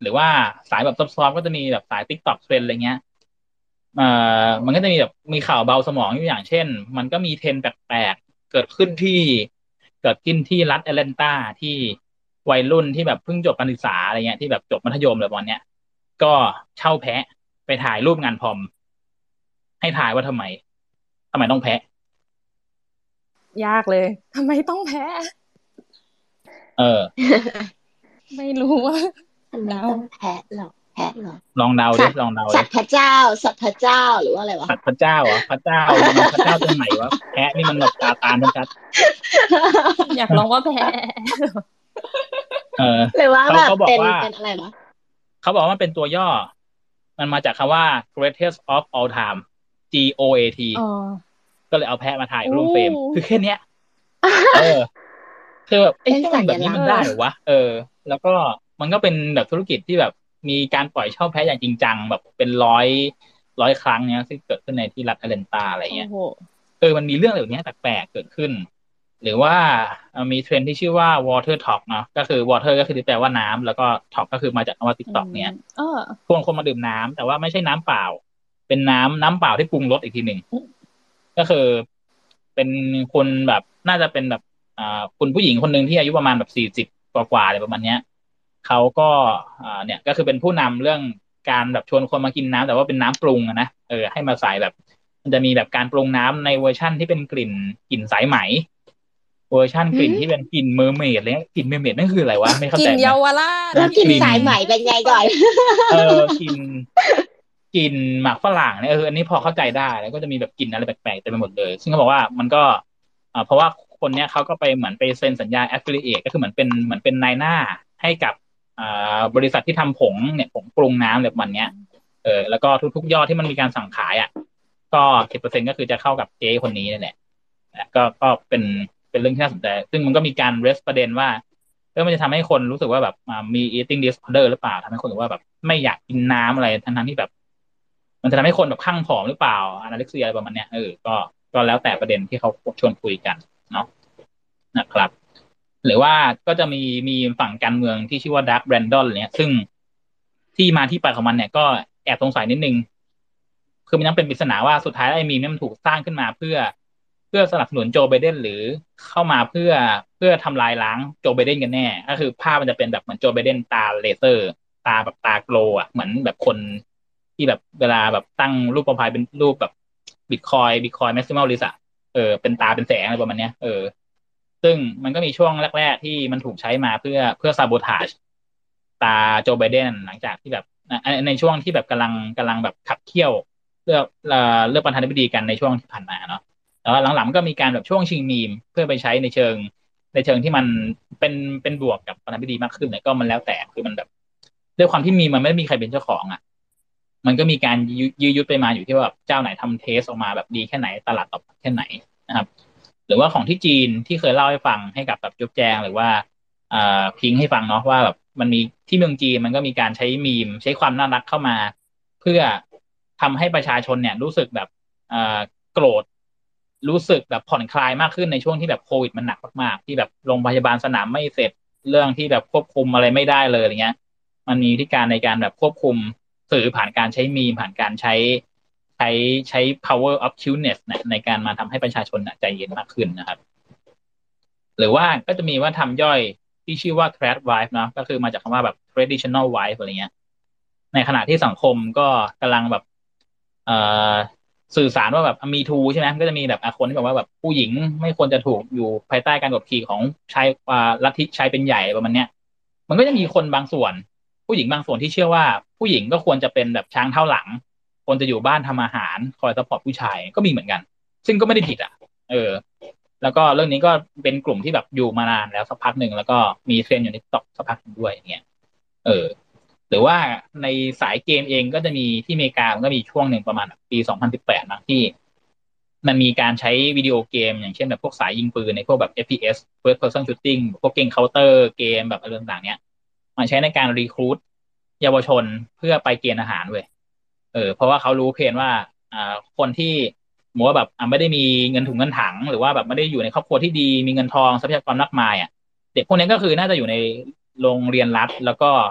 หรือว่าสายแบบซับซ้อนก็จะมีแบบสาย TikTok เทรนด์อะไรเงี้ยเอ่อมันก็จะมีแบบมีข่าวเบาสมองอยู่อย่างเช่นมันก็มีเทรนด์แปลกๆเกิดขึ้นที่เกิดขึ้นที่รัฐแอตแลนตาที่วัยรุ่นที่แบบเพิ่งจบการศึกษาอะไรเงี้ยที่แบบจบมัธยมอะไรประมาณเนี้ยก็เช่าแพะไปถ่ายรูปงานพรอมให้ถ่ายว่าทำไมทำไมต้องแพะยากเลยทำไมต้องแพ้เออไม่รู้ว่าทำไมเดาต้องแพะหรอแพะหรอลองเดาสัดิตว์ลองเดาสัดิตว์พระเจ้า สัตว์พระเจ้าหรือว่าอะไรวะสัตว์พระเจ้าเหรอพระเจ้ามันพระเจ้าตรงไหนวะแพะนี่มันแบบตาตาลชัดอยากลองว่าแพ้ๆเออหรือว่าเขาแบบเขาบอกเป็นว่าเป็นอะไรวะเขาบอกว่ามันเป็นตัวย่อ มันมาจากคำว่า greatest of all time G O A T อ๋อก็เลยเอาแพะมาถ่ายโอ้ร่วมเฟรมคือแค่เนี้ย เออคือแบบเอ้ยเป็นทำไมสัแบญบนี้ลักมัษนณ์ได้เหรอวะเออ แล้วก็มันก็เป็นแบบธุรกิจที่แบบมีการปล่อยเช่าแพะอย่างจริงจังแบบเป็นร้อยร้อยครั้งเนี้ยที่เกิดขึ้นในที่รัฐแอตแลนตาอะไรโอ้เงี้ยโหเออมันมีเรื่องแบบนี้แปลกๆเกิดขึ้น หรือว่าเอ่อมีเทรนด์ที่ชื่อว่า water talk เนาะก็คือ water ก็คือที่แปลว่าน้ำแล้วก็ talk ก็คือมาจากคำว่าอื TikTok มเนี่ยเออชวนคนมาดื่มน้ำแต่ว่าไม่ใช่น้ำเปล่า เป็นน้ำน้ำเปล่าที่ปรุงรสอีกทีหนึ่งอืมก็คือเป็นคนแบบน่าจะเป็นแบบอ่าคุณผู้หญิงคนหนึ่งที่อายุประมาณแบบสี่สิบกว่าๆอะไรประมาณเนี้ยเขาก็อ่าเนี่ยก็คือเป็นผู้นำเรื่องการแบบชวนคนมากินน้ำแต่ว่าเป็นน้ำปรุงอะนะเออให้มาใส่แบบ มันจะมีแบบการปรุงน้ำในเวอร์ชั่นที่เป็นกลิ่นกลิ่นสายไหม เวอร์ชั่นกลิ่นที่เป็นกลิ่นเมอร์เมดอะไรเงี้ยกลิ่นเมอร์เมดนั่นคืออะไรวะไม่เข้ากิใจนเหมือนเยากันวราชแล้วกกินลิ่นสายไหมเป็นไงก่อนเออกลิ่นกลิ่นหมากฝรั่งเนี่ยเอออันนี้พอเข้าใจได้แล้วก็จะมีแบบกลิ่นอะไรแปลกๆเต็มไปหมดเลย ซึ่งเขาบอกว่ามันก็อ่าเพราะว่าคนเนี้ยเขาก็ไปเหมือนไปเซ็นสัญญา affiliate ก็คือเหมือนเป็นเหมือนเป็นนายหน้าให้กับอ่าบริษัทที่ทำผงเนี่ยผงปรุงน้ำอะไรประมาณเนี้ยเออแล้วก็ทุกๆยอดที่มันมีการสั่งขายอ่ะก็สิบเปอร์เซ็นต์ก็คือจะเข้ากับเจ๊คนนี้นั่นแหละนะก็ก็เป็นเป็นเรื่องที่น่าสนใจซึ่งมันก็มีการ raise ประเด็นว่า เออมันจะทำให้คนรู้สึกว่าแบบอ่ามี eating disorder หรือเปล่าทำให้คนรู้สึกว่าแบบไม่อยากกินน้ำอะไรทั้งๆที่แบบ มันจะทำให้คนแบบคลั่งผอมหรือเปล่าอนาเร็กเซียอะไรประมาณเนี้ยเออก็ก็แล้วแต่ประเด็นที่เขาชวนคุยกันเนาะนะครับ หรือว่าก็จะมีมีฝั่งการเมืองที่ชื่อว่าดาร์ b แบรนดอนเนี่ยซึ่งที่มาที่ไปของมันเนี่ยก็แอบสงสัยนิดนึง คือมันยังเป็นปริศนาว่าสุดท้ายไอ้มีมเนี่ยมันถูกสร้างขึ้นมาเพื่อ เพื่อสนับสนุนโจไบเดนหรือเข้ามาเพื่อเพื่อทำลายล้างโจไบเดนกันแน่ก็คือภาพมันจะเป็นแบบเหมือนโจไบเดนตาเลเซอร์ตาแบบตาโกลอ่ะเหมือนแบบคนที่แบบเวลาแบบตั้งรูปโปรไฟล์เป็นรูปแบบบิตคอยบิตคอยแม็กซิมัลลิสอะเออเป็นตาเป็นแสงอะไรประมาณเนี้ยเออซึ่งมันก็มีช่วงแรกๆที่มันถูกใช้มาเพื่อเพื่อซาโบทาจตาโจไบเดนหลังจากที่แบบในช่วงที่แบบกำลังกำลังแบบขับเคี่ยวเลือกเอ่อเลือกประธานาธิบดีกันในช่วงที่ผ่านมาเนาะ แล้วหลังๆก็มีการแบบช่วงชิงมีมเพื่อไปใช้ในเชิงในเชิงที่มันเป็นเป็นบวกกับประธานาธิบดีมากขึ้นเนี่ยก็มันแล้วแต่คือมันแบบด้วยความที่มีมันไม่ได้มีใครเป็นเจ้าของอ่ะมันก็มีการยื้อยุดไปมาอยู่ที่ว่าเจ้าไหนทำเทสออกมาแบบดีแค่ไหนตลาดตอบรับแค่ไหนนะครับ หรือว่าของที่จีนที่เคยเล่าให้ฟังให้กับแบบจุ๊บแจงหรือว่าอ่าพิงค์ให้ฟังเนาะว่าแบบมันมีที่เมืองจีนมันก็มีการใช้มีมใช้ความน่ารักเข้ามา เพื่อทำให้ประชาชนเนี่ยรู้สึกแบบอ่าโกรธ รู้สึกแบบผ่อนคลายมากขึ้นในช่วงที่แบบโควิดมันหนักมากๆที่แบบโรงพยาบาลสนามไม่เสร็จเรื่องที่แบบควบคุมอะไรไม่ได้เลยอะไรเงี้ยมันมีวิธีการในการแบบควบคุมสื่อผ่านการใช้มีมผ่านการใช้ใช้ใช้ power of cuteness เนี่ยในการมาทำให้ประชาชนน่ะใจเย็นมากขึ้นนะครับ หรือว่าก็จะมีว่าทำย่อยที่ชื่อว่า trad wife เนาะก็คือมาจากคำว่าแบบ traditional wife อะไรเงี้ยในขณะที่สังคมก็กำลังแบบเอ่อสื่อสารว่าแบบมีทูใช่ไหมก็จะมีแบบคนที่บอกว่าแบบผู้หญิงไม่ควรจะถูกอยู่ภายใต้การกดขี่ของชายอ่าลัทธิชายเป็นใหญ่ประมาณเนี้ยมันก็จะมีคนบางส่วน ผู้หญิงบางส่วนที่เชื่อว่าผู้หญิงก็ควรจะเป็นแบบช้างเท้าหลังควรจะอยู่บ้านทำอาหารคอยซัพพอร์ตผู้ชายก็มีเหมือนกัน ซึ่งก็ไม่ได้ผิดอ่ะเออ แล้วก็เรื่องนี้ก็เป็นกลุ่มที่แบบอยู่มานานแล้วสักพักหนึ่งแล้วก็มีเทรนด์อยู่ในติ๊กต็อกสักพักหนึ่งด้วยอย่างเงี้ยเออ หรือว่าในสายเกมเองก็จะมีที่อเมริกามันก็มีช่วงหนึ่งประมาณปีสองพันสิบแปดนะที่มันมีการใช้วิดีโอเกมอย่างเช่นแบบพวกสายยิงปืนในพวกแบบ เอฟ พี เอสFirst Person Shooting พวกเกมเคาน์เตอร์เกมแบบอะไรต่างๆเนี้ยมาใช้ในการรีครูทเยาวชนเพื่อไปเกณฑ์อาหารเว้ยเออเพราะว่าเขารู้เพนว่าอ่าคนที่สมมติว่าแบบอ่ะไม่ได้มีเงินถุงเงินถังหรือว่าแบบไม่ได้อยู่ในครอบครัวที่ดีมีเงินทองทรัพยากรมากมายอ่ะเด็กพวกนี้ก็คือน่าจะอยู่ในโรงเรียนรัฐแล้วก็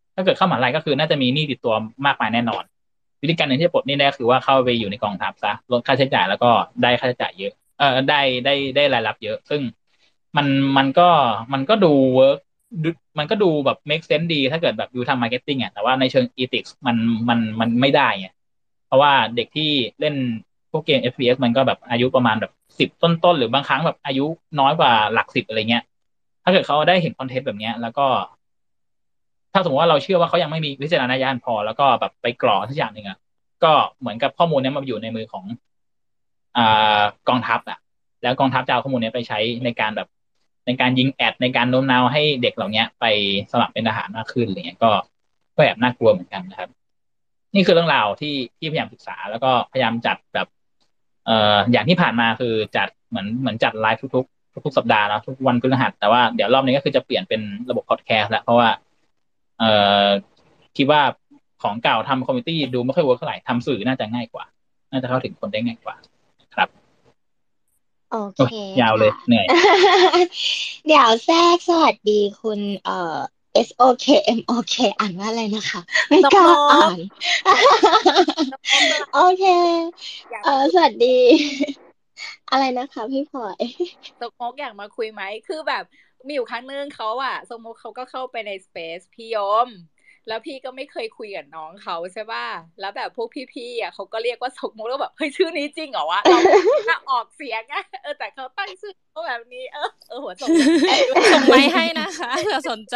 ถ้าเกิดเข้ามหาลัยก็คือน่าจะมีหนี้ติดตัวมากมายแน่นอนวิธีการหนึ่งที่จะปลดหนี้ได้คือว่าเข้าไปอยู่ในกองทัพซะลดค่าใช้จ่ายแล้วก็ได้ค่าใช้จ่ายเยอะเออได้ได้ได้รายรับเยอะซึ่งมันมันก็มันก็ดูเวิร์กมันก็ดูแบบ make sense ดีถ้าเกิดแบบอยู่ทำมาร์เก็ตติ้งอ่ะแต่ว่าในเชิง ethics มันมันมันไม่ได้ไงเพราะว่าเด็กที่เล่นพวกเกม เอฟ พี เอส มันก็แบบอายุประมาณแบบสิบต้นๆหรือบางครั้งแบบอายุน้อยกว่าหลักสิบอะไรเงี้ยถ้าเกิดเขาได้เห็นคอนเทนต์แบบเนี้ยแล้วก็ ถ้าสมมติว่าเราเชื่อว่าเขายังไม่มีวิจารณญาณพอแล้วก็แบบไปกรอกทุกอย่างหนึ่งอ่ะก็เหมือนกับข้อมูลเนี้ยมันอยู่ในมือของอ่ากองทัพอ่ะแล้วกองทัพจะเอาข้อมูลเนี้ยไปใช้ในการแบบในการยิงแอดในการโน้มน้าวให้เด็กเหล่านี้ไปสมัครเป็นทหารมากขึ้นอะไรเงี้ยก็ก็แอบน่ากลัวเหมือนกันนะครับนี่คือเรื่องราวที่ที่พยายามศึกษาแล้วก็พยายามจัดแบบเอ่ออย่างที่ผ่านมาคือจัดเหมือนเหมือนจัดไลฟ์ทุกๆทุกๆสัปดาห์แล้วทุกวันพฤหัสแต่ว่าเดี๋ยวรอบนี้ก็คือจะเปลี่ยนเป็นระบบพอดแคสต์แล้วเพราะว่า เอ่อคิดว่าของเก่าทำคอมมิตี้ดูไม่ค่อยเวิร์กเท่าไหร่ทำสื่อน่าจะง่ายกว่าน่าจะเข้าถึงคนได้ง่ายกว่าครับโอโอ้เคยยาวเลค่ะยเหนื่อยเดี๋ยวแทรกสวัสดีคุณเอ่อ S O K M O K อ่านว่าอะไรนะคะ ไม่นกนกล้าอ่าก นนกนกโอเคอยากเออมาคุยสวัสดี อะไรนะคะพี่พลอยสกมกอยากมาคุยไหมคือแบบมีอยู่ครั้งนึงเขาอะสกมกเขาก็เข้าไปในสเปซพี่ยมแล้วพี่ก็ไม่เคยคุยกับน้องเขาใช่ป่ะแล้วแบบพวกพี่ๆอะเขาก็เรียกว่าสกมกแล้วแบบเฮ้ยชื่อนี้จริงเหรอวะเราถ้าออกเสียงอะเออแต่เขาตั้งชื่อเขาแบบนี้เออเออหัวส่งส่งไม้ให้นะคะเผื่อสนใจ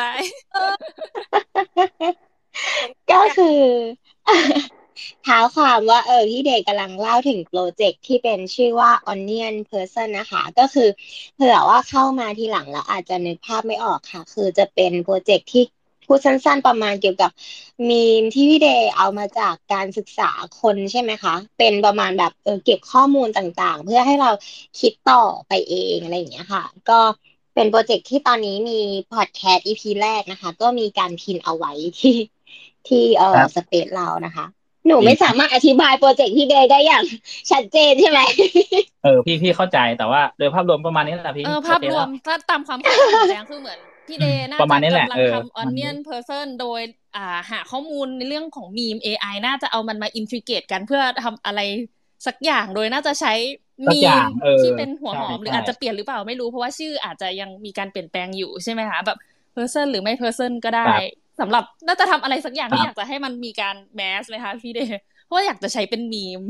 ก็คือเท้าความว่าเออพี่เดย์กำลังเล่าถึงโปรเจกต์ที่เป็นชื่อว่า Onion Person นะคะก็คือเผื่อว่าเข้ามาทีหลังแล้วอาจจะนึกภาพไม่ออกค่ะคือจะเป็นโปรเจกต์ที่พูดสั้นๆประมาณเกี่ยวกับมีมที่พี่เดย์เอามาจากการศึกษาคนใช่ไหมคะเป็นประมาณแบบเออเก็บข้อมูลต่างๆเพื่อให้เราคิดต่อไปเองอะไรอย่างเงี้ยค่ะก็เป็นโปรเจกต์ที่ตอนนี้มีพอดแคสต์ อี พี แรกนะคะก็มีการพินเอาไว้ที่ ที่เอ่อสครับเปซเรานะคะ หนูดีไม่สามารถอธิบายโปรเจกต์ที่เดย์ได้อย่างชัดเจนใช่ไหมเออพี่พี่เข้าใจแต่ว่าโดยภาพรวมประมาณนี้แหละพี่เออโอภาพรวมเคแล้วถ้าตามความเข้าใจของแจงคือเหมือนพี่อืเดมย์น่าจะประมาณนี้แหละกำลัเอองทำมัน Onion Person โดยอ่าหาข้อมูลในเรื่องของมีม เอ ไอ น่าจะเอามันมาอินทิเกรตกันเพื่อทำอะไรสักอย่างโดยน่าจะใช้สักมีมอย่างเออที่เป็นหัวใช่หอมหรือใช่อาจจะเปลี่ยนหรือเปล่าไม่รู้เพราะว่าชื่ออาจจะยังมีการเปลี่ยนแปลงอยู่ใช่ไหมคะแบบ person หรือไม่ person ก็คได้รับสำหรับน่าจะทำอะไรสักอย่างครับที่อยากจะให้มันมีการแมสไหมคะพี่เดย์เพราะว่าอยากจะใช้เป็นมีม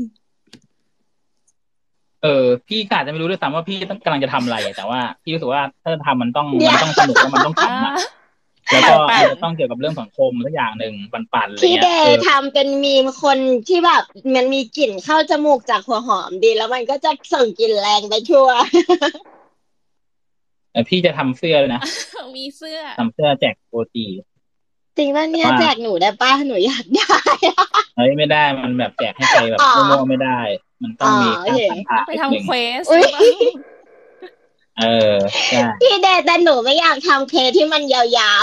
เออพี่ก็อาจจะไม่รู้ด้วยซ้ำว่าพี่ต้องกำลังจะทำอะไรแต่ว่าพี่รู้สึกว่าถ้าจะทำมันต้องเดี๋ยวมันต้องสนุกแล้วมันต้องอ่าขำอ่ะแล้วก็ปั่นมันจะต้องเกี่ยวกับเรื่องสังคมสักอย่างหนึ่งปั่นๆอะไรพี่เดเงี้ยเออย์ทำเป็นมีมคนที่แบบมันมีกลิ่นเข้าจมูกจากหัวหอมดีแล้วมันก็จะส่งกลิ่นแรงไปทั่วเออพี่จะทำเสื้อเลยนะมีเสื้อทำเสื้อแจกโปรตีจริงป่ะเนี่ยแต่ว่าแจกหนูได้ป่ะหนูอยากได้เฮ้ยไม่ได้มันแบบแจกให้ใครแบบอ๋อมั่วๆไม่ได้ มันต้อ๋อองมีโอค่าเคผ่านทางไปนิดนึงทำเควสอุ้ยหรือเปล่าเออใช่พี่เดย์แต่หนูไม่อยากทำเคสที่มันยาว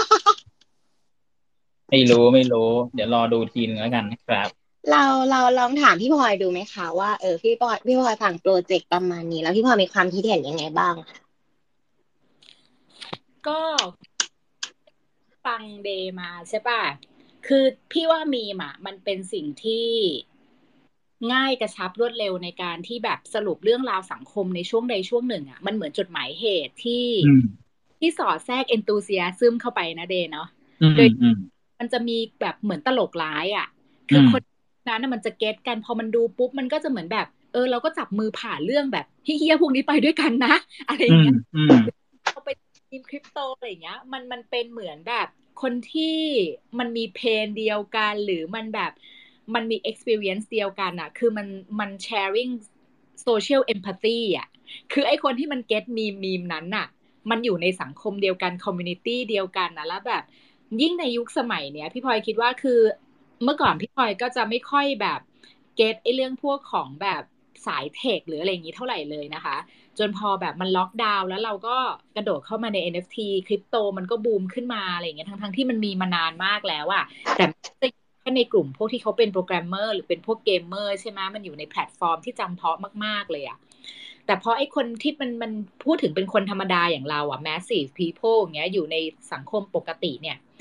ไม่รู้ไม่รู้เดี๋ยวรอดูทีนึงแล้วกันนะครับๆเราเราลองถามพี่พลอยดูไหมคะว่าเออพี่พลอยพี่พลอยฟังโปรเจกต์ประมาณนี้แล้วพี่พลอยมีความคิดเห็นยังไงบ้างคะก็ฟังเดย์มาใช่ป่ะคือพี่ว่ามีมอะมันเป็นสิ่งที่ง่ายกระชับรวดเร็วในการที่แบบสรุปเรื่องราวสังคมในช่วงใดช่วงหนึ่งอะมันเหมือนจดหมายเหตุที่อืมที่สอดแทรก enthusiasm เข้าไปนะเดย์เนาะอืมโดยอืมมันจะมีแบบเหมือนตลกร้ายอะอืคือมคนนั้นน่ะมันจะเก็ตกันพอมันดูปุ๊บมันก็จะเหมือนแบบเออเราก็จับมือผ่านเรื่องแบบเฮี้ยๆพวกนี้ไปด้วยกันนะอะไรออืมย่างเงี้ยอืมเอาไปทีมคริปโตอะไรอย่างเงี้ยมันมันเป็นเหมือนแบบคนที่มันมีเพนเดียวกันหรือมันแบบมันมี experience เดียวกันอ่ะคือมันมัน sharing social empathy อ่ะคือไอ้คนที่มัน get มีมมีมนั้นน่ะมันอยู่ในสังคมเดียวกัน community เดียวกันนะแล้วแบบยิ่งในยุคสมัยเนี้ยพี่พลอยคิดว่าคือเมื่อก่อนพี่พลอยก็จะไม่ค่อยแบบ get ไอ้เรื่องพวกของแบบสายเทคหรืออะไรอย่างนี้เท่าไหร่เลยนะคะ จนพอแบบมันล็อกดาวน์แล้วเราก็กระโดดเข้ามาใน เอ็น เอฟ ที คริปโตมันก็บูมขึ้นมาอะไรอย่างเงี้ยทั้งๆที่มันมีมานานมากแล้วอะแต่จะแค่ในกลุ่มพวกที่เขาเป็นโปรแกรมเมอร์หรือเป็นพวกเกมเมอร์ใช่ไหมมันอยู่ในแพลตฟอร์มที่จำเพาะมากๆเลยอะแต่พอไอ้คนที่มันมันพูดถึงเป็นคนธรรมดาอย่างเราอะ massive people อย่างเงี้ยอยู่ในสังคมปกติเนี่ย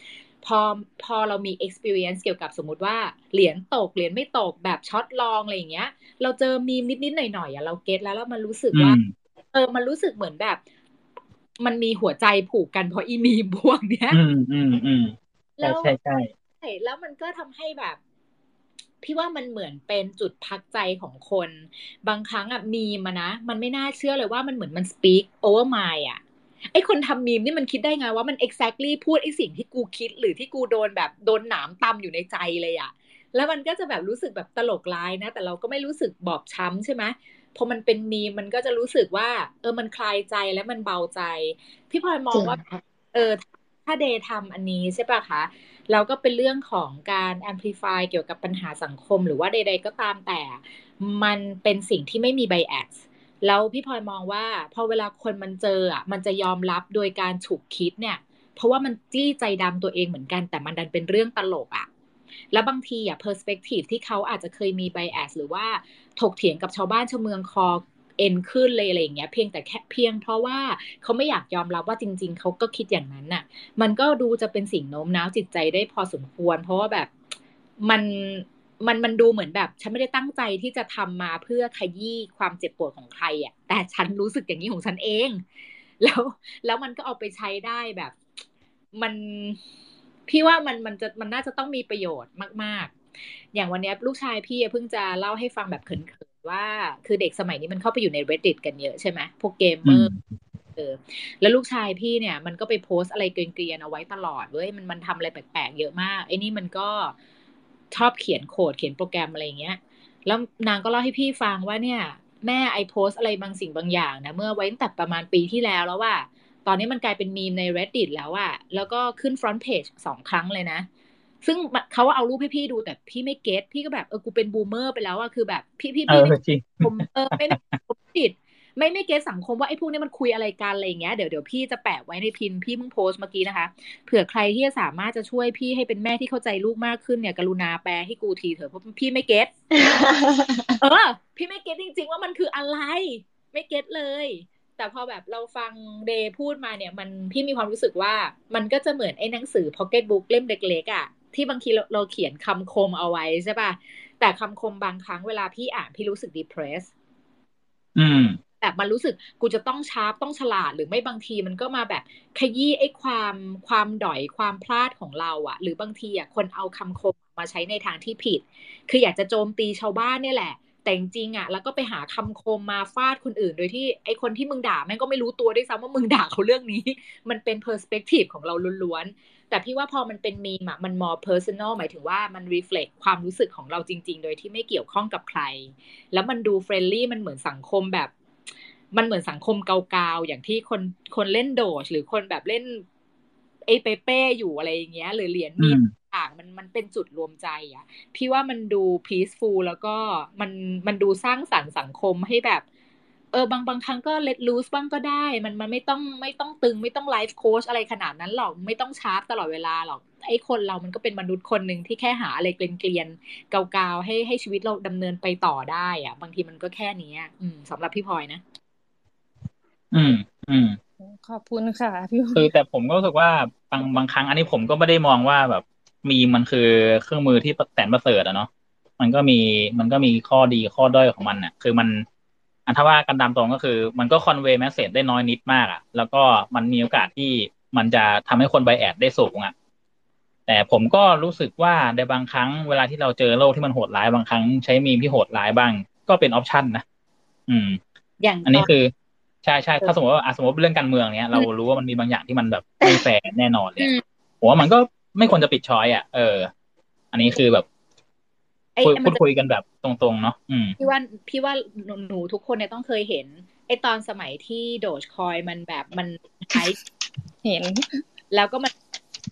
พอพอเรามี experience เกี่ยวกับสมมุติว่าเหรียญตกเหรียญไม่ตกแบบช็อตลองอะไรอย่างเงี้ยเราเจอมีมนิดๆหน่อยๆอ่ะเราเก็ตแล้วแล้วมันรู้สึกอืว่าม เออมันรู้สึกเหมือนแบบ มันมีหัวใจผูกกันเพราะอีมีมพวกเนี้ยอืมอืมอืมใช่แล้วใช่ใช่ใช่แล้วมันก็ทำให้แบบ พี่ว่ามันเหมือนเป็นจุดพักใจของคน บางครั้งอ่ะมีมานะ มันไม่น่าเชื่อเลยว่ามันเหมือนมัน speak over mind อ่ะไอคนทำมีมนี่มันคิดได้ไงว่ามัน exactly พูดไอสิ่งที่กูคิดหรือที่กูโดนแบบโดนหนามตำอยู่ในใจเลยอ่ะแล้วมันก็จะแบบรู้สึกแบบตลกร้ายนะ แต่เราก็ไม่รู้สึกบอบช้ำใช่ไหมพอมันเป็นมีมมันก็จะรู้สึกว่า เออมันคลายใจและมันเบาใจ พี่พลอยมอจงริงว่าค่ะเออถ้าเดย์ทำอันนี้ใช่ปะคะแล้วก็เป็นเรื่องของการ amplify เกี่ยวกับปัญหาสังคมหรือว่าใดๆก็ตามแต่ มันเป็นสิ่งที่ไม่มี bias แล้วพี่พลอยมองว่าพอเวลาคนมันเจออ่ะมันจะยอมรับโดยการฉุกคิดเนี่ย เพราะว่ามันจี้ใจดำตัวเองเหมือนกันแต่มันดันเป็นเรื่องตลกอ่ะแล้วบางทีอ่ะ perspective ที่เขาอาจจะเคยมี bias หรือว่าถกเถียงกับชาวบ้านชาวเมืองคอเอ็นขึ้นเลยอะไรอย่างเงี้ยเพียงแต่แค่เพียงเพราะว่าเขาไม่อยากยอมรับว่าจริงๆเขาก็คิดอย่างนั้นน่ะ มันก็ดูจะเป็นสิ่งโน้มน้าวจิตใจได้พอสมควร เพราะว่าแบบมันมันมันดูเหมือนแบบฉันไม่ได้ตั้งใจที่จะทำมาเพื่อขยี้ความเจ็บปวดของใครอ่ะแต่ฉันรู้สึกอย่างนี้ของฉันเอง แล้วแล้วมันก็เอาไปใช้ได้แบบ มันพี่ว่ามันมันจะมันน่าจะต้องมีประโยชน์มากๆ อย่างวันนี้ลูกชายพี่เพิ่งจะเล่าให้ฟังแบบเขินๆว่าคือเด็กสมัยนี้มันเข้าไปอยู่ใน Reddit กันเยอะใช่ไหมพวกเกมเมอือมร์ เออแล้วลูกชายพี่เนี่ยมันก็ไปโพสต์อะไรเกรียนๆเอาไว้ตลอดเว้ยมันมันทำอะไรแปลกๆเยอะมากไอ้นี่มันก็ชอบเขียนโค้ดเขียนโปรแกรมอะไรอย่างเงี้ยแล้วนางก็เล่าให้พี่ฟังว่าเนี่ยแม่ไอโพสต์อะไรบางสิ่งบางอย่างนะเมื่อไว้ตั้งแต่ประมาณปีที่แล้วแล้วว่าตอนนี้มันกลายเป็นมีมใน Reddit แล้วอะแล้วก็ขึ้น front page สองครั้งเลยนะซึ่งเขาเอารูปให้พี่ดูแต่พี่ไม่เก็ตพี่ก็แบบเออกูเป็นบูมเมอร์ไปแล้วอะคือแบบพี่พี่เอพี่อไม่จริงผมเออไม่ไม่ผมผิด ไม่ไม่เก็ตสังคมว่าไอ้พวกนี้มันคุยอะไรกันอะไรอย่างเงี้ยเดี๋ยวเดี๋ยวพี่จะแปะไว้ในพินพี่เพิ่งโพสต์เมื่อกี้นะคะเผื่อใครที่จะสามารถจะช่วยพี่ให้เป็นแม่ที่เข้าใจลูกมากขึ้นเนี่ยกรุณาแปลให้กูทีเถอะเพราะพี่ไม่เก็ตเออพี่ไม่เก็ตจริงๆว่ามันคืออะไรไม่เก็ตเลย แต่พอแบบเราฟังเดย์พูดมาเนี่ยมันพี่มีความรู้สึกว่ามันก็จะเหมือนไอ้หนังสือ pocket book เล่มเล็กๆอ่ะที่บางทีเราเราเขียนคำคมเอาไว้ใช่ป่ะแต่คำคมบางครั้งเวลาพี่อ่านพี่รู้สึก depressed อืมแบบมันรู้สึกกูจะต้องชาร์ปต้องฉลาดหรือไม่บางทีมันก็มาแบบขยี้ไอ้ความความด่อยความพลาดของเราอะหรือบางทีอะคนเอาคำคมมาใช้ในทางที่ผิดคืออยากจะโจมตีชาวบ้านเนี่ยแหละแต่จริงๆอะแล้วก็ไปหาคำคมมาฟาดคนอื่นโดยที่ไอ้คนที่มึงด่าแม่งก็ไม่รู้ตัวด้วยซ้ำว่ามึงด่าเขาเรื่องนี้ มันเป็น perspective ของเราล้วนๆแต่พี่ว่าพอมันเป็นมีมอะมัน more personal หมายถึงว่ามัน reflect ความรู้สึกของเราจริงๆโดยที่ไม่เกี่ยวข้องกับใครแล้วมันดู friendly มันเหมือนสังคมแบบมันเหมือนสังคมเกาๆอย่างที่คนคนเล่นโดจหรือคนแบบเล่นไอ้เปเป้อยู่อะไรอย่างเงี้ยหรือเหรียญอืมีมต่างมันมันเป็นจุดรวมใจอ่ะพี่ว่ามันดู peaceful แล้วก็มันมันดูสร้างสรรค์สังคมให้แบบเออบางบางครั้งก็ let loose บ้างก็ได้มันมันไม่ต้องไม่ต้องตึงไม่ต้อง life coach อะไรขนาดนั้นหรอกไม่ต้องชาร์ปตลอดเวลาหรอกไอ้คนเรามันก็เป็นมนุษย์คนหนึ่งที่แค่หาอะไรเกลียนๆเกาๆให้ให้ชีวิตเราดำเนินไปต่อได้อ่ะบางทีมันก็แค่นี้อืมสำหรับพี่พลอยนะอืม อืมขอบคุณค่ะพี่คือแต่ผมก็รู้สึกว่าบางบางครั้งอันนี้ผมก็ไม่ได้มองว่าแบบมีมันคือเครื่องมือที่แสนประเสริฐอะเนาะมันก็มีมันก็มีข้อดีข้อด้อยของมันอะคือมันอันถ้าว่ากันตามตรงก็คือมันก็คอนเวย์แมสเสจได้น้อยนิดมากอะแล้วก็มันมีโอกาสที่มันจะทำให้คนไบแอดได้สูงอะแต่ผมก็รู้สึกว่าในบางครั้งเวลาที่เราเจอโลกที่มันโหดร้ายบางครั้งใช้มีมที่โหดร้ายบ้างก็เป็นออปชันนะอืมอย่างตอนอันนี้คือใช่ใช่เออถ้าสมมติว่าอ่ะสมมติเรื่องการเมืองเนี้ยเราอืมรู้ว่ามันมีบางอย่างที่มันแบบไม่แฟร์แน่นอนเลอืยมผมว่ามันก็ไม่ควรจะปิดช้อยอ่ะเออ อันนี้คือแบบไอ้คุยไอ้พูมันดจะคุยกันแบบตรงๆเนาะอืมพี่ว่าพี่ว่าหนูหนูทุกคนเนี่ยต้องเคยเห็น ไอ้ตอนสมัยที่โดจคอยมันแบบมันไฮเห็นแล้วก็มัน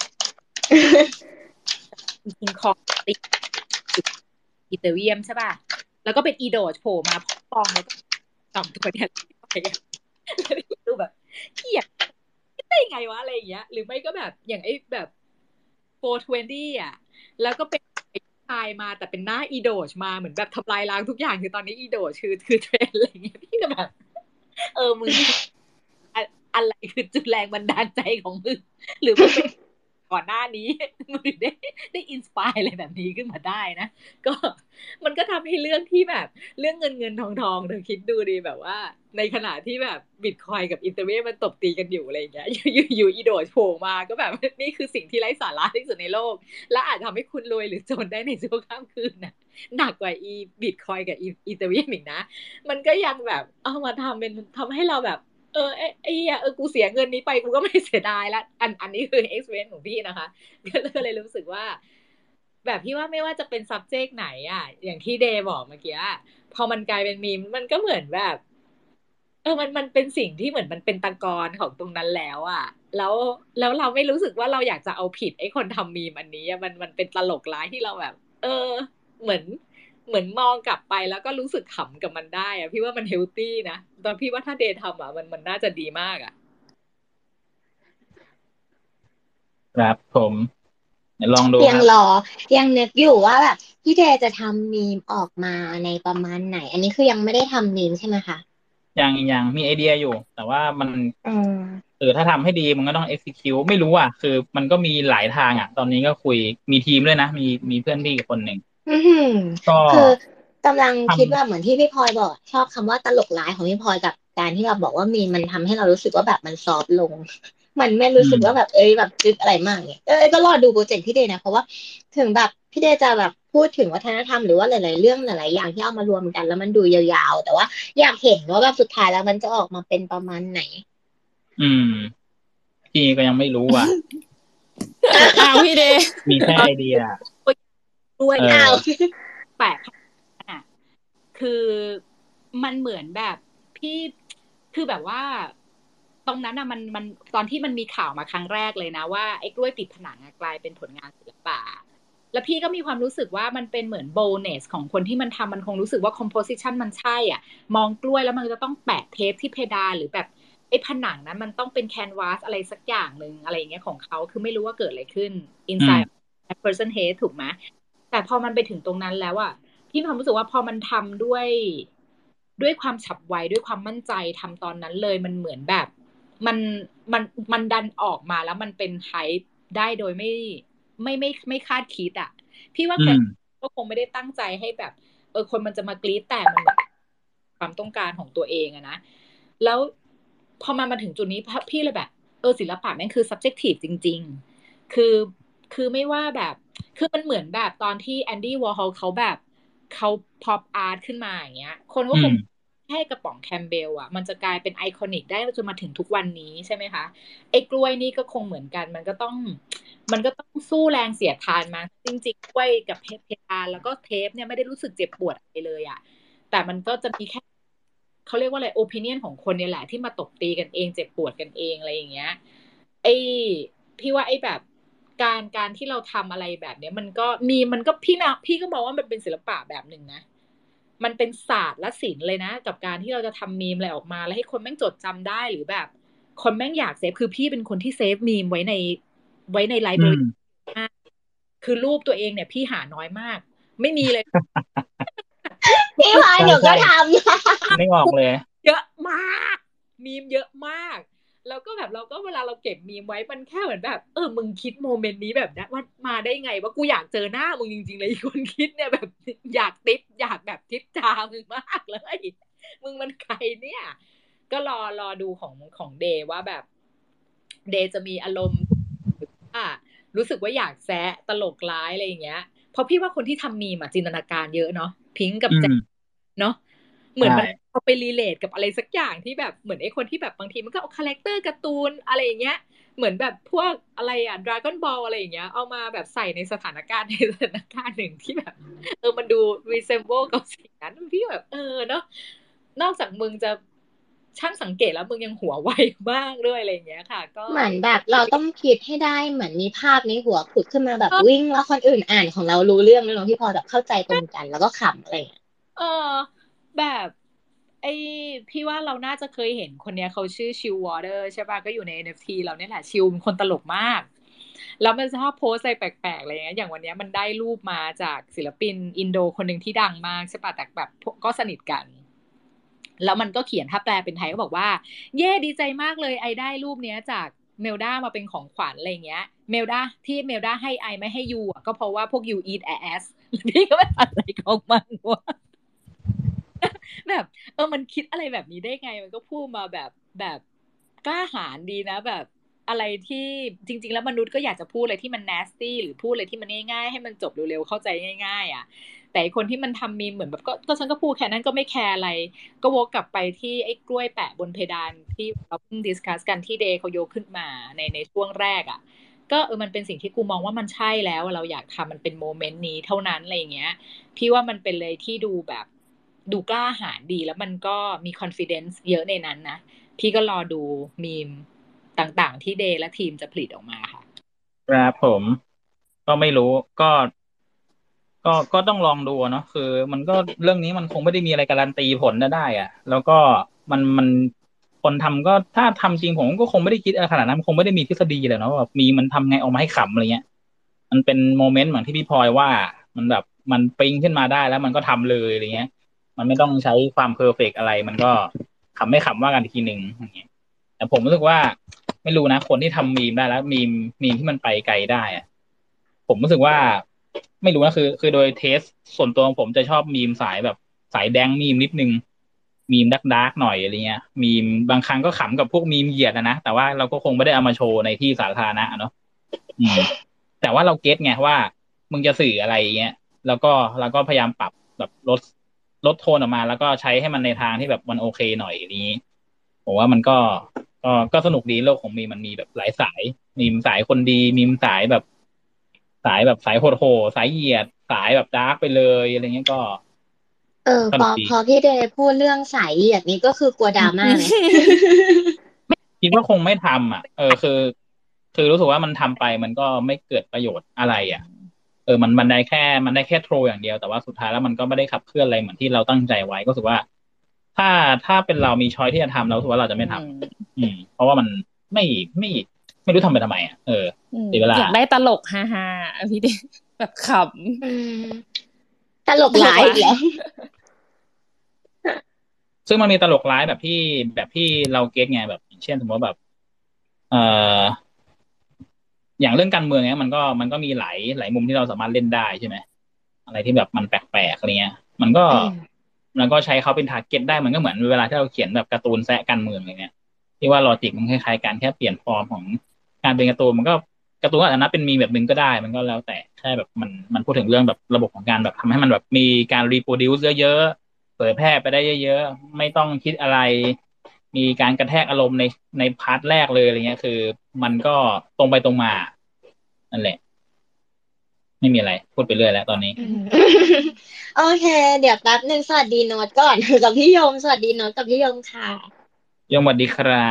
จริงๆของติดอีเธอเรียมใช่ป่ะแล้วก็เป็นอีโดจโผล่มาพร้อมแล้วก็สองตัวเนี่ยไปอะแล้วดูแบบเกลียดได้ไงวะอะไรอย่างเงี้ยหรือไม่ก็แบบอย่างไอ้แบบโฟร์ทเวนตี้อ่ะแล้วก็เป็นไอ้ชายมาแต่เป็นหน้าอีโดจมาเหมือนแบบทำลายล้างทุกอย่างคือตอนนี้อีโดจคือคือเทรนอะไรอย่างเงี้ยพี่ก็แบบเออมึงอะอะไรคือจุดแรงบันดาลใจของมึงหรือมึงเป็นก่อนหน้านี้ มันถึงได้ได้อินสปายอะไรแบบนี้ขึ้นมาได้นะ ก็มันก็ทำให้เรื่องที่แบบเรื่องเงินเงินทองทองเธอคิดดูดีแบบว่า ในขณะที่แบบบิตคอยกับอีเธเรียมมันตบตีกันอยู่อะไรอย่างเงี้ย อยู่อยู่อีโดดโผล่มาก็แบบนี่คือสิ่งที่ไร้สาระที่สุดในโลก และอาจทำให้คุณรวยหรือจนได้ในชั่วข้ามคืนน่ะหนักกว่าอีบิตคอยกับอีเธเรียมอีกนะ มันก็ยังแบบเอามาทำเป็นทำให้เราแบบ เออไอ้ไอ้เออกูเสียเงินนี้ไปกูก็ไม่เสียดายละอันอันนี้คือ experience ของพี่นะคะ ก็เลยรู้สึกว่า แบบพี่ว่าไม่ว่าจะเป็น subject ไหนอ่ะ อย่างที่เดย์บอกเมื่อกี้พอมันกลายเป็นมีมมันก็เหมือนแบบ เออมันมันเป็นสิ่งที่เหมือนมันเป็นตะกอนของตรงนั้นแล้วอ่ะ แล้วแล้วเราไม่รู้สึกว่าเราอยากจะเอาผิดไอ้คนทำมีมอันนี้มันมันเป็นตลกร้ายที่เราแบบ เออ เหมือนเหมือนมองกลับไปแล้วก็รู้สึกขำกับมันได้อ่ะพี่ว่ามันเฮลตี้นะตอนพี่ว่าถ้าเดย์ทำอ่ะมันมันน่าจะดีมากอ่ะครับผมลองดูยัคงรับรอยังนึกอยู่ว่าแบบพี่เดจะทำมีมออกมาในประมาณไหน อันนี้คือยังไม่ได้ทำมีมใช่ไหมคะยังยังมีไอเดียอยู่ แต่ว่ามันอืมเออถ้าทำให้ดีมันก็ต้อง execute ไม่รู้อ่ะคือมันก็มีหลายทางอ่ะ ตอนนี้ก็คุยมีทีมด้วยนะ มีมีเพื่อนพี่อีกคนหนึ่งอื้อหือก็คือกำลังทคิดว่าเหมือนที่พี่พลอยบอกชอบคำว่าตลกร้ายของพี่พลอยกับการที่เราบอกว่ามีมมันทำให้เรารู้สึกว่าแบบมันซอฟต์ลง มันไม่ำอืรู้สึกมว่าแบบเอ้ยแบบจึ๊กอะไรมากเนี่ยเอ้ยก็รอดูโปรเจกต์พี่เดย์นะเพราะว่าถึงแบบพี่เดย์จะแบบพูดถึงวัฒนธรรมหรือว่าหลายๆเรื่องหลายๆอย่างที่เอามารวมกันแล้วมันดูยาวๆแต่ว่าอยากเห็นว่าแบบสุดท้ายแล้วมันจะออกมาเป็นประมาณไหนอืมพี่ก็ยังไม่รู้อ่ะอ้าวพี่เดย์มีแค่ไอเดียด้วยเอออ้าวแปลกอ่ะคือมันเหมือนแบบพี่คือแบบว่า ตรงนั้นอะมันมันตอนที่มันมีข่าวมาครั้งแรกเลยนะว่าไอ้กล้วยติดผนังอะกลายเป็นผลงานศิลปะแล้วพี่ก็มีความรู้สึกว่ามันเป็นเหมือนโบนัสของคนที่มันทำมันคงรู้สึกว่าคอมโพสิชันมันใช่อ่ะ มองกล้วยแล้วมันจะต้องแปะเทปที่เพดานหรือแบบไอ้ผนังนั้นมันต้องเป็นแคนวาสอะไรสักอย่างหนึ่งอะไรอย่างเงี้ยของเขาคือไม่รู้ว่าเกิดอะไรขึ้นอืม inside person head ถูกไหมแต่พอมันไปถึงตรงนั้นแล้วอ่ะพี่มีความรู้สึกว่าพอมันทำด้วย ด้วยความฉับไวด้วยความมั่นใจทำตอนนั้นเลยมันเหมือนแบบ มันมันมันดันออกมาแล้วมันเป็นไฮป์ได้โดยไม่ไม่ไม่ไม่คาดคิดอ่ะ พี่ว่าอืแกมก็คงไม่ได้ตั้งใจให้แบบ เออคนมันจะมากรี๊ดแต่มันแบบความต้องการของตัวเองอะนะ แล้วพอมามาถึงจุดนี้พี่เลยแบบ เออศิลปะแม่งคือ subjective จริง ๆ คือคือไม่ว่าแบบ คือมันเหมือนแบบตอนที่แอนดี้วอร์ฮอลเขาแบบเขา pop art ขึ้นมาอย่างเงี้ย คนก็อืคงมให้กระป๋องแคมเบลอ่ะมันจะกลายเป็นไอคอนิกได้จนมาถึงทุกวันนี้ใช่ไหมคะไอ้กล้วยนี่ก็คงเหมือนกัน มันก็ต้อง มันก็ต้องสู้แรงเสียดทานมาจริงๆกล้วยกับเพดานแล้วก็เทปเนี่ยไม่ได้รู้สึกเจ็บปวดอะไรเลยอ่ะแต่มันก็จะมีแค่เขาเรียกว่าอะไรโอปิเนียนของคนเนี่ยแหละที่มาตบตีกันเองเจ็บปวดกันเองอะไรอย่างเงี้ยไอ้พี่ว่าไอ้แบบการการที่เราทำอะไรแบบเนี้ยมันก็มีมันก็พี่นะพี่ก็มองว่ามันเป็นศิลปะแบบหนึ่งนะมันเป็นศาสตร์และศิลป์เลยนะกับการที่เราจะทำมีมอะไรออกมาแล้วให้คนแม่งจดจำได้หรือแบบคนแม่งอยากเซฟคือพี่เป็นคนที่เซฟมีมไว้ในไว้ในไลบอืรารีมคือรูปตัวเองเนี่ยพี่หาน้อยมาก ไม่มีเลยพี่พลอยหนูก็ทำไม่ออกเลยเยอะมาก มีมเยอะมาก แล้วก็แบบเราก็เวลาเราเก็บมีมไว้มันแค่เหมือนแบบ เออมึงคิดโมเมนต์นี้แบบนั้นว่ามาได้ไงว่ากูอยากเจอหน้ามึงจริงๆเลยคนคิดเนี่ยแบบอยากติดอยากแบบทิปจามึงมากเลย มึงมันใครเนี่ย ก็รอรอดูของของเดย์ว่าแบบเดย์จะมีอารมณ์ว่ารู้สึกว่าอยากแซะตลกร้ายอะไรอย่างเงี้ยเพราะพี่ว่าคนที่ทำมีมอะจินตนาการเยอะเนาะพิงค์กับอืแจ็คมเนาะเหมือนมันใช่เอาไปรีเลทกับอะไรสักอย่างที่แบบเหมือนไอ้คนที่แบบบางทีมันก็เอาคาแรคเตอร์การ์ตูนอะไรอย่างเงี้ยเหมือนแบบพวกอะไรอะดราก้อนบอลอะไรอย่างเงี้ยเอามาแบบใส่ในสถานการณ์ในสถานการณ์หนึ่งที่แบบเออมันดู resemble กับสิ่งนั้นพี่แบบเออเนาะนอกจากมึงจะช่างสังเกตแล้วมึงยังหัวไวมากด้วยอะไรอย่างเงี้ยค่ะ ก็เหมือนแบบเราต้องคิดให้ได้เหมือนมีภาพในหัวผุดขึ้นมาแบบวิ่งแล้วคนอื่นอ่านของเรารู้เรื่องด้วยเนาะพี่พลอยแบบเข้าใจตรงกันแล้วก็ขำอะไรอย่างเงี้ยเออแบบไอพี่ว่าเราน่าจะเคยเห็นคนเนี้ยเขาชื่อชิลวอเตอร์ใช่ป่ะก็อยู่ใน เอ็น เอฟ ที เราเนี่ยแหละชิลเป็นคนตลกมาก แล้วมันชอบโพสอะไรแปลกๆอะไรอย่างเงี้ยอย่างวันเนี้ยมันได้รูปมาจากศิลปินอินโดคนหนึ่งที่ดังมากใช่ป่ะแต่แบบก็สนิทกัน แล้วมันก็เขียนถ้าแปลเป็นไทยก็บอกว่า เย่ดีใจมากเลยไอได้รูปเนี้ยจากเมลดามาเป็นของขวัญอะไรเงี้ยเมลดาที่เมลดาให้ไอไม่ให้ยูอ่ะก็เพราะว่าพวกยู eat ass พี่ก็ไม่อะไรของมันวะแบบเออมันคิดอะไรแบบนี้ได้ไงมันก็พูดมาแบบแบบกล้าหาญดีนะแบบอะไรที่จริงๆแล้วมนุษย์ก็อยากจะพูดอะไรที่มัน nasty หรือพูดอะไรที่มันง่ายๆให้มันจบเร็วๆเข้าใจง่ายๆอ่ะแต่คนที่มันทำมีเหมือนแบบก็ก็ฉันก็พูดแค่นั้นก็ไม่แคร์อะไรก็วกกลับไปที่ไอ้กล้วยแปะบนเพดานที่เราเพิ่งดิสคัสกันที่เดย์เขาโยกขึ้นมาในในช่วงแรกอ่ะก็เออมันเป็นสิ่งที่กูมองว่ามันใช่แล้วเราอยากทำมันเป็นโมเมนต์นี้เท่านั้นอะไรอย่างเงี้ยพี่ว่ามันเป็นเลยที่ดูแบบดูกล้าหาญดีแล้วมันก็มี confidence เยอะในนั้นนะพี่ก็รอดูมีมต่างๆที่เดย์และทีมจะผลิตออกมาค่ะครับผมก็ไม่รู้ก็ก็ก็ต้องลองดูเนาะคือมันก็เรื่องนี้มันคงไม่ได้มีอะไรการันตีผลได้อ่ะแล้วก็มันมันคนทำก็ถ้าทำจริงผมก็คงไม่ได้คิดอะไรขนาดนั้นคงไม่ได้มีทฤษฎีเลยเนาะแบบมีมันทำไงออกมาให้ขำอะไรเงี้ยมันเป็นโมเมนต์เหมือนที่พี่พลอยว่ามันแบบมันปิ๊งขึ้นมาได้แล้วมันก็ทำเลยอะไรเงี้ยมันไม่ต้องใช้ความเพอร์เฟกต์อะไรมันก็ขำไม่ขำว่ากันทีหนึ่งอย่างเงี้ยแต่ผมรู้สึกว่าไม่รู้นะคนที่ทำมีมได้แล้วมีมมีมที่มันไปไกลได้อะผมรู้สึกว่าไม่รู้นะคือคือโดยเทสส่วนตัวของผมจะชอบมีมสายแบบสายแดงมีมนิดนึงมีมดักดาร์กหน่อยอะไรเงี้ยมีมบางครั้งก็ขำกับพวกมีมเหยียดนะนะแต่ว่าเราก็คงไม่ได้เอามาโชว์ในที่สาธารณะเนาะอืมแต่ว่าเราเก็ตไงว่ามึงจะสื่ออะไรเงี้ยแล้วก็เราก็พยายามปรับแบบลดลดโทนออกมาแล้วก็ใช้ให้มันในทางที่แบบมันโอเคหน่อยอย่างนี้ผมว่ามันก็ก็ก็สนุกดีโลกของมีมมันมีแบบหลายสายมีมสายคนดีมีมสายแบบสายแบบสายโหดๆสายเหยียดสายแบบดาร์กไปเลยอะไรเงี้ยก็เออพอสนุกดีพอพี่เดย์พูดเรื่องสายเหยียดนี้ก็คือกลัวดราม่าไงคิดว่าคงไม่ทำอ่ะเออคือคือรู้สึกว่ามันทำไปมันก็ไม่เกิดประโยชน์อะไรอ่ะเออมันมันได้แค่มันได้แค่โทรอย่างเดียวแต่ว่าสุดท้ายแล้วมันก็ไม่ได้ขับเคลื่อนอะไรเหมือนที่เราตั้งใจไว้ก็รู้สึกว่า ถ้าถ้าเป็นเรามีช้อยที่จะทำเรารู้สึกว่าเราจะไม่ทำอืมเพราะว่ามันไม่ไม่ไม่รู้ทำไปทำไมอ่ะเออเสียเวลาอยากได้ตลกฮ่าฮ่าพี่เดแบบขอืมตลกหลายอีกแล้วซึ่งมันมีตลกร้ายแบบที่แบบที่เราเก็ตไงแบบเช่นสมมติว่าแบบเอ่ออย่างเรื่องการเมืองเนี้ยมันก็มันก็มีหลายหลายมุมที่เราสามารถเล่นได้ใช่ไหมอะไรที่แบบมันแปลกๆอะไรเงี้ยมันก็อืมมันก็ใช้เขาเป็นทาร์เก็ตได้มันก็เหมือนเวลาที่เราเขียนแบบการ์ตูนแซะการเมืองอะไรเงี้ยที่ว่าลอจิกมันคล้ายๆกันแค่เปลี่ยนฟอร์มของการเป็นการ์ตูนมันก็การ์ตูนก็อาจจะนับเป็นมีมแบบหนึ่งก็ได้มันก็แล้วแต่แค่แบบมันมันพูดถึงเรื่องแบบระบบของการแบบทำให้มันแบบมีการรีโปรดิวซ์เยอะๆเผยแพร่ไปได้เยอะๆไม่ต้องคิดอะไรมีการกระแทกอารมณ์ในในพาร์ทแรกเลยอะไรเงี้ยคือมันก็ตรงไปตรงมานั่นแหละไม่มีอะไรพูดไปเรื่อยแล้วตอนนี้อืม โอเค เดี๋ยวแป๊บหนึ่งสวัสดีโน้ตก่อนกับพี่ยมสวัสดีโน้ตกับพี่ยมค่ะยมสวัสดีครับ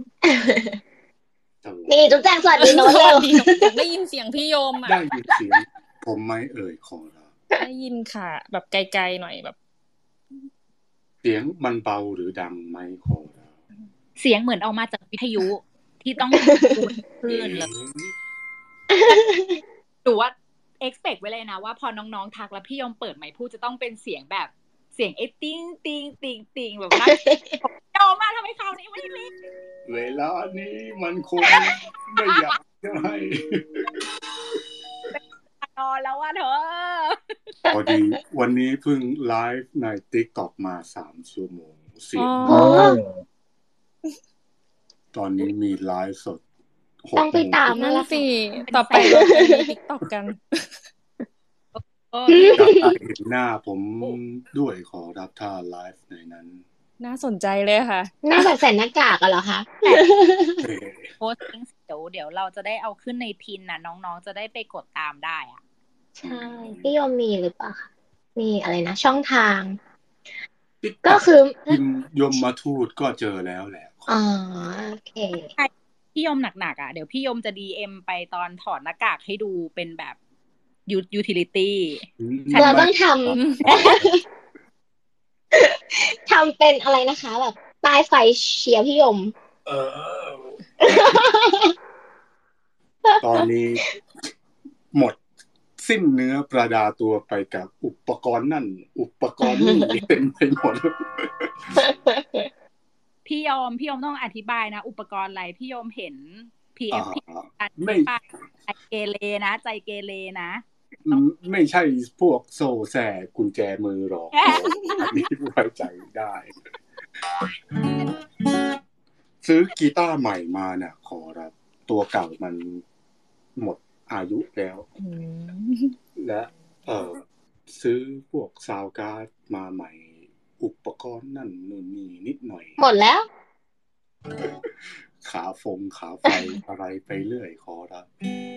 นี่จุ๊บแจงสวัสดีโน้ตสเร็วัสวดีอยากได้ยินเสียงพี่โยมอ่ะได้ยินเสียงผมไหมเอ่ยขอรับได้ยินค่ะแบบไกลๆหน่อยแบบเสียงมันเบาหรือดังไหมขอรับเสียงเหมือนออกมาจากวิทยุที่ต้องคลื่นเลยดูว่า expect ไว้เลยนะว่าพอน้องๆทักแล้วพี่ยมเปิดไมค์พูดจะต้องเป็นเสียงแบบเสียงไอ้ติ้งติ้งติ้งติ้งแบบนั้นยอมมากทำไมคราวนี้ไม่มีเวลานี้มันคงไม่อยากจะให้นอนแล้วว่าเธอพอดีวันนี้เพิ่งไลฟ์ใน TikTok มาสามชั่วโมงเสียงอ๋อตอนนี้มีไลฟ์สดหกต้องไปโมงตามนั่นั่นนแหละสิค่ะต่อไปเราจะมีติ๊กต็อกกันอยากให้เห็นหน้าผมด้วยขอรับถ้าไลฟ์ในนั้นน่าสนใจเลยค่ะหน้าแบบใส่หน้ากากอะเหรอคะโพสต์เดี๋ยวเดี๋ยวเราจะได้เอาขึ้นในพินนะน้องๆจะได้ไปกดตามได้อ่ะใช่พี่ยมมีหรือเปล่าคะมีอะไรนะช่องทาง ก็คือพิมพ์ยมมาทูตก็เจอแล้วแหละอ๋อโอเคพี่ยมหนักๆอ่ะเดี๋ยวพี่ยมจะ ดี เอ็ม ไปตอนถอดหน้ากากให้ดูเป็นแบบยูทิลิตี้เราต้องทำ ทำเป็นอะไรนะคะแบบป้ายไฟเชียร์พี่ยมเออ ตอนนี้หมดสิ้นเนื้อประดาตัวไปกับอุปกรณ์นั่นอุปกรณ์นี่เต็มไปหมดพี่ยมพี่ยมต้องอธิบายนะอุปกรณ์อะไรพี่ยมเห็นพีอ่าเอฟ พี การไม่ป้าใจเกเรนะ ใจเกเรนะอืมไม่ใช่พวกโซ่แส่กุญแจมือหรอกอันนี้ไว้ใจได้ ซื้อกีตาร์ใหม่มาเนี่ยขอรับตัวเก่ามันหมดอายุแล้วอืมและเออซื้อพวกซาวด์การ์ดมาใหม่ อุปกรณ์นั่นนู่นนี่นิดหน่อยหมดแล้วขาฟงขาไฟอะไรไปเรื่อยขอรับ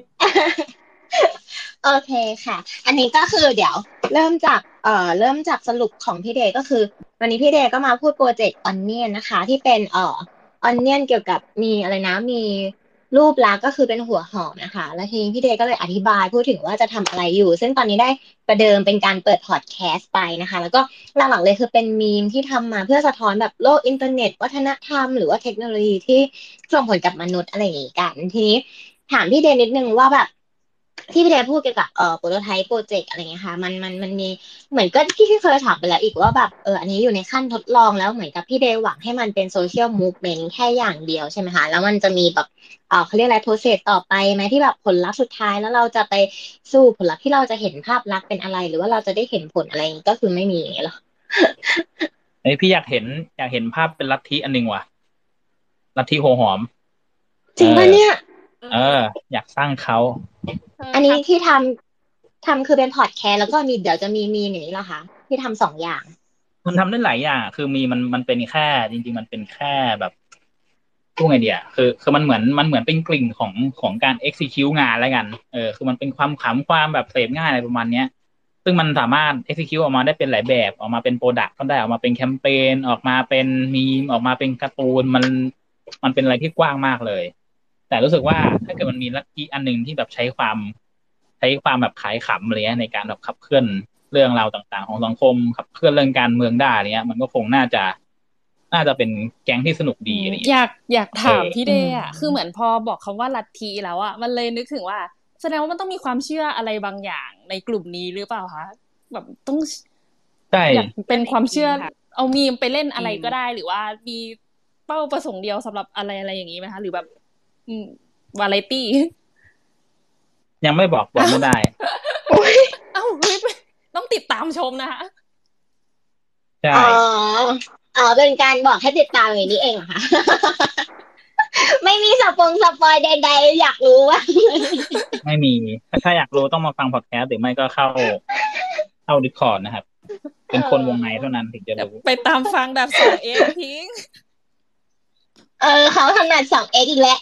โอเคค่ะ อันนี้ก็คือเดี๋ยวเริ่มจากเอ่อเริ่มจากสรุปของพี่เดย์ก็คือ วันนี้พี่เดย์ก็มาพูดโปรเจกต์ Onion นะคะ ที่เป็นเอ่อ Onion เกี่ยวกับมีอะไรนะมีรูปลักษณ์ก็คือเป็นหัวหอมนะคะ แล้วทีนี้พี่เดย์ก็เลยอธิบายพูดถึงว่าจะทำอะไรอยู่ ซึ่งตอนนี้ได้ประเดิมเป็นการเปิดพอดแคสต์ไปนะคะ แล้วก็หลักๆเลยคือเป็นมีมที่ทำมาเพื่อสะท้อนแบบโลกอินเทอร์เน็ต วัฒนธรรมหรือว่าเทคโนโลยีที่ส่งผลกับมนุษย์อะไรอย่างงี้กันทีนี้ถามพี่เดย์นิดนึงว่าแบบ ที่พี่เดย์พูดเกี่ยวกับเอ่อโปรโตไทป์โปรเจกต์อะไรเงี้ยค่ะมันมันมันมีเหมือนก็ที่พี่เคยถามไปแล้วอีกว่าแบบเอออันนี้อยู่ในขั้นทดลองแล้วเหมือนกับพี่เดย์หวังให้มันเป็นโซเชียลมูฟเมนต์แค่อย่างเดียวใช่ไหมคะแล้วมันจะมีแบบเอ่อเขาเรียกอะไรโปรเซสต่อไปไหมที่แบบผลลัพธ์สุดท้ายแล้วเราจะไปสู่ผลลัพธ์ที่เราจะเห็นภาพลักษณ์เป็นอะไร หรือว่าเราจะได้เห็นผลอะไรอย่างงี้ก็คือไม่มีอย่างเงี้ยหรอไอ้ยพี่อยากเห็นอยากเห็นภาพเป็นลัทธิอันหนึงว่ะลัทธิหัวหอมจริงเอปะอเนี่ยเออ อยากสร้างเขาเธออันนี้ทำที่ทำทำคือเป็นพอดแคสต์แล้วก็มีเดี๋ยวจะมีมีมอย่างนี้เหรอคะที่ทำสองอย่างมันทำได้หลายอย่างอะคือมีมันมันเป็นแค่จริง ๆ มันเป็นแค่แบบพูดไงเดียคือคือมันเหมือนมันเหมือนเป็นกลิ่นของของการ execute งานแล้วกันเออคือมันเป็นความขำความแบบเสพง่ายอะไรประมาณเนี้ย ซึ่งมันสามารถ execute ออกมาได้เป็นหลายแบบออกมาเป็นโปรดักต์ก็ได้ออกมาเป็นแคมเปญออกมาเป็นมีมออกมาเป็นการ์ตูนมันมันเป็นอะไรที่กว้างมากเลย แต่รู้สึกว่าถ้าเกิดมันมีลัทธิอันหนึงที่แบบใช้ความใช้ความแบบขายขำอะไรเงี้ยในการแบบขับเคลื่อนเรื่องราวต่างๆ ของสังคมขับเคลื่อนเรื่องการเมืองได้อะไรเงี้ยมันก็คงน่าจะ น่าจะเป็นแก๊งที่สนุกดีอะไรอเงี้ยยากอยากถามเออพี่เดย์อ่ะคือเหมือนพอบอกคำว่าลัทธิแล้วอ่ะมันเลยนึกถึงว่า แสดงว่ามันต้องมีความเชื่ออะไรบางอย่างในกลุ่มนี้หรือเปล่าคะแบบต้องใช่อยากเป็นความเชื่อค่ะเอามีมไปเล่นอะไรจริงก็ได้หรือว่ามีเป้าประสงค์เดียวสำหรับอะไรอะไรอย่างนี้ไหมคะหรือแบบอืมวาไรตี้ยังไม่บอกบอกไม่ได้เอ้าเฮ้ยต้องติดตามชมนะคะใช่อ๋อ อ๋อ เป็นการบอกให้ติดตามอย่างนี้เองเหรอคะ ไม่มีสปงสปอยใดๆอยากรู้ว่าไม่มีถ้าถ้าอยากรู้ต้องมาฟังพอดแคสต์หรือไม่ก็เข้าเข้า Discord นะครับ เป็นคนวงในเท่านั้นถึงจะเดี๋ยวรู้ไปตามฟังแบบสองเอ็กทิ้งเออเขาถนัดสองเอ็กอีกแล้ว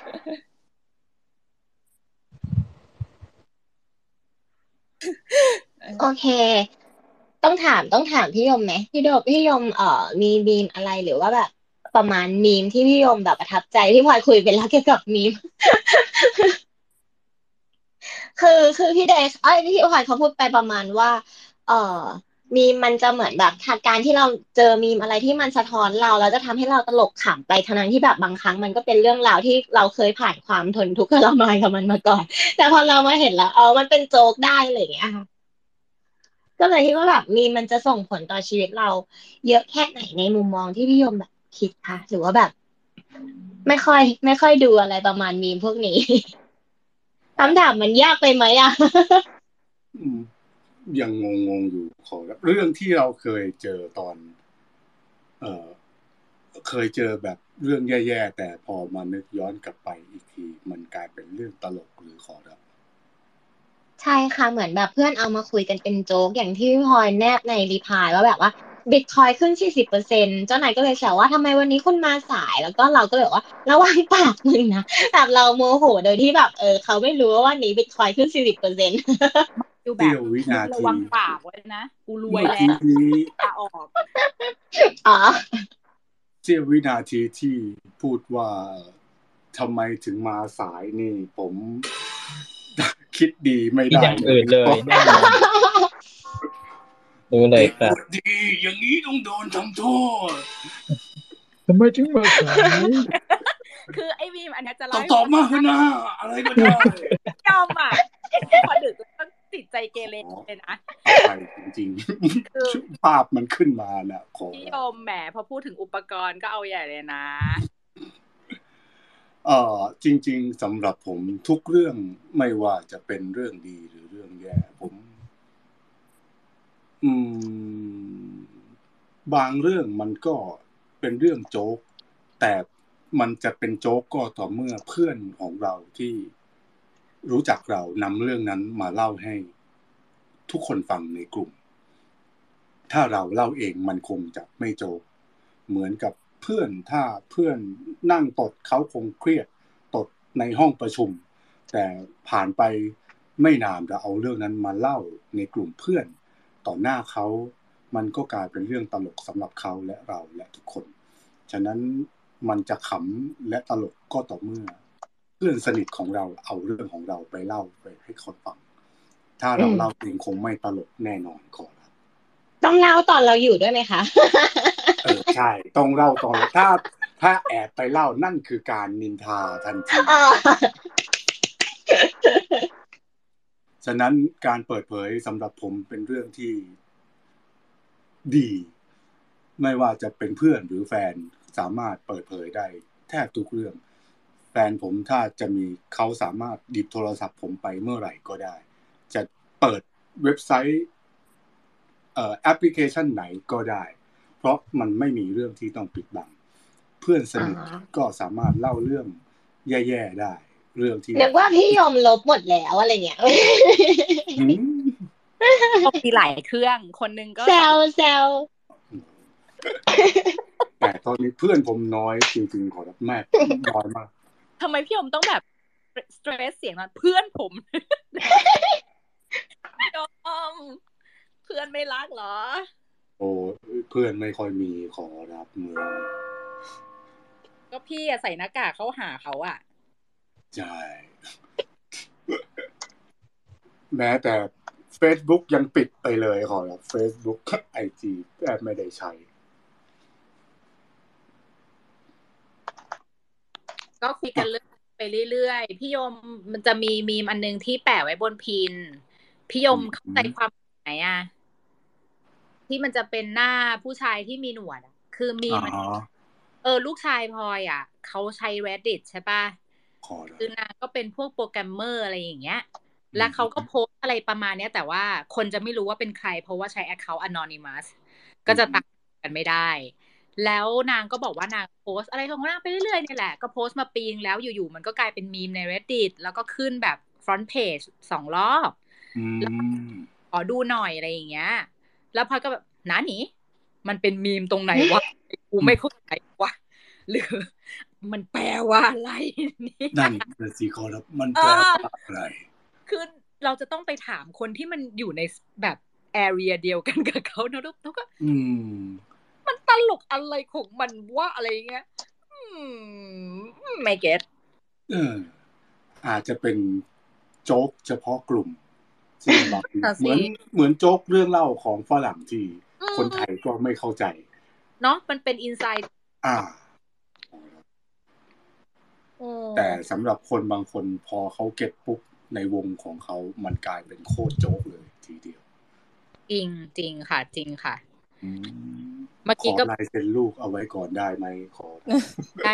โอเค ต้องถามต้องถามพี่ยมไหมพี่โดพี่ยมเอ่อมีมีมอะไรหรือว่าแบบ ประมาณมีมที่พี่ยมแบบประทับใจพี่พลอยคุยไปแล้วเกี่ยวกับมีม คือคือพี่เดชเอ้ยพี่พลอยเขาพูดไปประมาณว่า เอ่อมีมมันจะเหมือนแบบการที่เราเจอมีมอะไรที่มันสะท้อนเราแล้วจะทำให้เราตลกขำไปทั้งนั้นที่แบบบางครั้งมันก็เป็นเรื่องราวที่เราเคยผ่านความทนทุกข์ทรมานกับมันมาก่อน แต่พอเรามาเห็นแล้วเออมันเป็นโจ๊กได้อะไรอย่างเงี้ยค่ะก็เลยคิดว่าแบบมีมมันจะส่งผลต่อชีวิตเรา เยอะแค่ไหนในมุมมองที่พี่ยมแบบคิดคะหรือว่าแบบ ไม่ค่อย ไม่ค่อยดูอะไรประมาณมีมพวกนี้ คำถามมันยากไปไหมอะอืมยังงงๆอยู่ขอรับเรื่องที่เราเคยเจอตอน เอ่อ เคยเจอแบบเรื่องแย่ๆแต่พอมานึกย้อนกลับไปอีกที มันกลายเป็นเรื่องตลกหรือขอรับใช่ค่ะเหมือนแบบเพื่อนเอามาคุยกันเป็นโจ๊กอย่างที่พี่พลอยแนบในรีพลายว่าแบบว่าบิตคอยขึ้น สี่สิบเปอร์เซ็นต์ เจ้านายก็เลยแซวว่าทำไมวันนี้คุณมาสายแล้วก็เราก็เลยบอกว่าระวังปากมึงนะแบบเราโมโหโดยที่แบบเออเขาไม่รู้ว่าวันนี้บิตคอยขึ้น สี่สิบเปอร์เซ็นต์ดูแบเสี้บยววินาระทีวังปากไว้นะกูรวยเมื่อแล้วกี้นี้ลาออกอ๋อเสี้ยววินาทีที่พูดว่าทำไมถึงมาสายนี่ ผม คิดดีไม่คิดได้อย่างอื่นเลยแน่นอนรู้เลยเด็กครับพูดดีอย่างนี้ต้องโดนทำโทษทำไมถึงมาสายคือไอ้วีมอันเนี้ยจะตเล่าอบให้ตอบฟังมาเถอะนะอะไรก็ได้ยอมอ่ะพอดึกแล้วก็ติดใจเกเรเลยนะใช่จริงคือๆ ภาพมันขึ้นมาน่ะขอพี่โยมแหมพอพูดถึงอุปกรณ์ก็เอาใหญ่เลยนะเอ่อจริงๆสำหรับผมทุกเรื่องไม่ว่าจะเป็นเรื่องดีหรือเรื่องแย่ผมอืมบางเรื่องมันก็เป็นเรื่องโจ๊กแต่มันจะเป็นโจ๊กก็ต่อเมื่อเพื่อนของเราที่รู้จักเรานำเรื่องนั้นมาเล่าให้ทุกคนฟังในกลุ่มถ้าเราเล่าเองมันคงจะไม่โจ๊กเหมือนกับเพื่อนถ้าเพื่อนนั่งตดเขาคงเครียดตดในห้องประชุมแต่ผ่านไปไม่นานเราเอาเรื่องนั้นมาเล่าในกลุ่มเพื่อนต่อหน้าเขามันก็กลายเป็นเรื่องตลกสำหรับเขาและเราและทุกคนฉะนั้นมันจะขำและตลกก็ต่อเมื่อเพื่อนสนิทของเราเอาเรื่องของเราไปเล่าไปให้คนฟังถ้าเราเล่าเองคงไม่ตลกแน่นอนขอรับต้องเล่าตอนเราอยู่ด้วยไหมคะเออใช่ต้องเล่าตอนถ้าถ้าแอบไปเล่านั่นคือการนินทาทันทีฉะนั้นการเปิดเผยสำหรับผมเป็นเรื่องที่ดีไม่ว่าจะเป็นเพื่อนหรือแฟนสามารถเปิดเผยได้แทบทุกเรื่องแฟนผมถ้าจะมีเขาสามารถดิบโทรศัพท์ผมไปเมื่อไหร่ก็ได้จะเปิดเว็บไซต์เอ่อแอปพลิเคชันไหนก็ได้เพราะมันไม่มีเรื่องที่ต้องปิดบังเพื่อนสนิทก็สามารถเล่าเรื่องแย่ๆได้เรื่องที่นึกว่าพี่ยมลบหมดแล้วอะไรเงี้ยก็มีหลายเครื่องคนนึงก็แซวแซวแต่ตอนนี้เพื่อนผมน้อยจริงๆขอรับแม่น้อยมากทำไมพี่ยมต้องแบบสเตรสเสียงนั้นเพื่อนผมยอมเพื่อนไม่รักเหรอโอ้เพื่อนไม่ค่อยมีขอรับมือก็พี่อะใส่หน้ากากเข้าหาเขาอะใช่แม้แต่ Facebook ยังปิดไปเลยขอรับ Facebook ไอ จี แทบไม่ได้ใช้ก็คุยกันเรื่อยไปเรื่อยๆพี่ยมมันจะมีมีมอันนึงที่แปะไว้บนพินพี่ยมเข้าใจความไหนอะที่มันจะเป็นหน้าผู้ชายที่มีหนวดคือมีมันเออลูกชายพลอยอ่ะเขาใช้ Reddit ใช่ป่ะคือนางก็เป็นพวกโปรแกรมเมอร์อะไรอย่างเงี้ยแล้วเขาก็โพสอะไรประมาณเนี้ยแต่ว่าคนจะไม่รู้ว่าเป็นใครเพราะว่าใช้ account anonymous ก็จะตามกันไม่ได้แล้วนางก็บอกว่านางโพสอะไรของนางไปเรื่อยๆเนี่ยแหละก็โพสมาปีนึงแล้วอยู่ๆมันก็กลายเป็นมีมใน Reddit แล้วก็ขึ้นแบบ front page สองรอบแล้วขอดูหน่อยอะไรอย่างเงี้ยแล้วพลอยก็แบบน้าหนีมันเป็นมีมตรงไหนวะกูไม่เข้าใจวะหรือมันแปลว่าอะไรนี่นั่นเป็นสีคอรับมันแปลว่าอะไรคือเราจะต้องไปถามคนที่มันอยู่ในแบบแอเรียเดียวกันกับเขาเนอะแล้วก็อืมมันตลกอะไรของมันว่าอะไรเงี้ยอืมไม่เก็ตเอออาจจะเป็นโจ๊กเฉพาะกลุ่มซึ่งบางทีเหมือนเหมือนโจ๊กเรื่องเล่าของฝรั่งที่คนไทยก็ไม่เข้าใจเนาะมันเป็นอินไซด์อ่าแต่สำหรับคนบางคนพอเขาเก็ตปุ๊บในวงของเขามันกลายเป็นโคตรโจ๊กเลยทีเดียวจริงจริงค่ะจริงค่ะเมื่อกี้ก็ลายเซ็นลูกเอาไว้ก่อนได้ไหมขอได้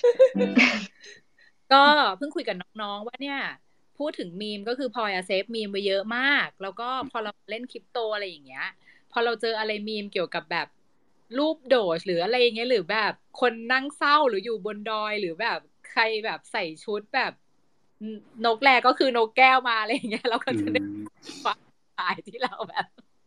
ก็เพิ่งคุยกับน้องๆว่าเนี่ยพูดถึงมีมก็คือพลอยอะเซฟมีมไปเยอะมากแล้วก็พอเราเล่นคริปโตอะไรอย่างเงี้ยพอเราเจออะไรมีมเกี่ยวกับแบบรูปโดดหรืออะไรอย่างเงี้ยหรือแบบคนนั่งเศร้าหรืออยู่บนดอยหรือแบบใครแบบใส่ชุดแบบนกแรก็คือนกแก้วมาอะไรอย่างเงี้ยเราก็จะได้ความหายที่เราแบบ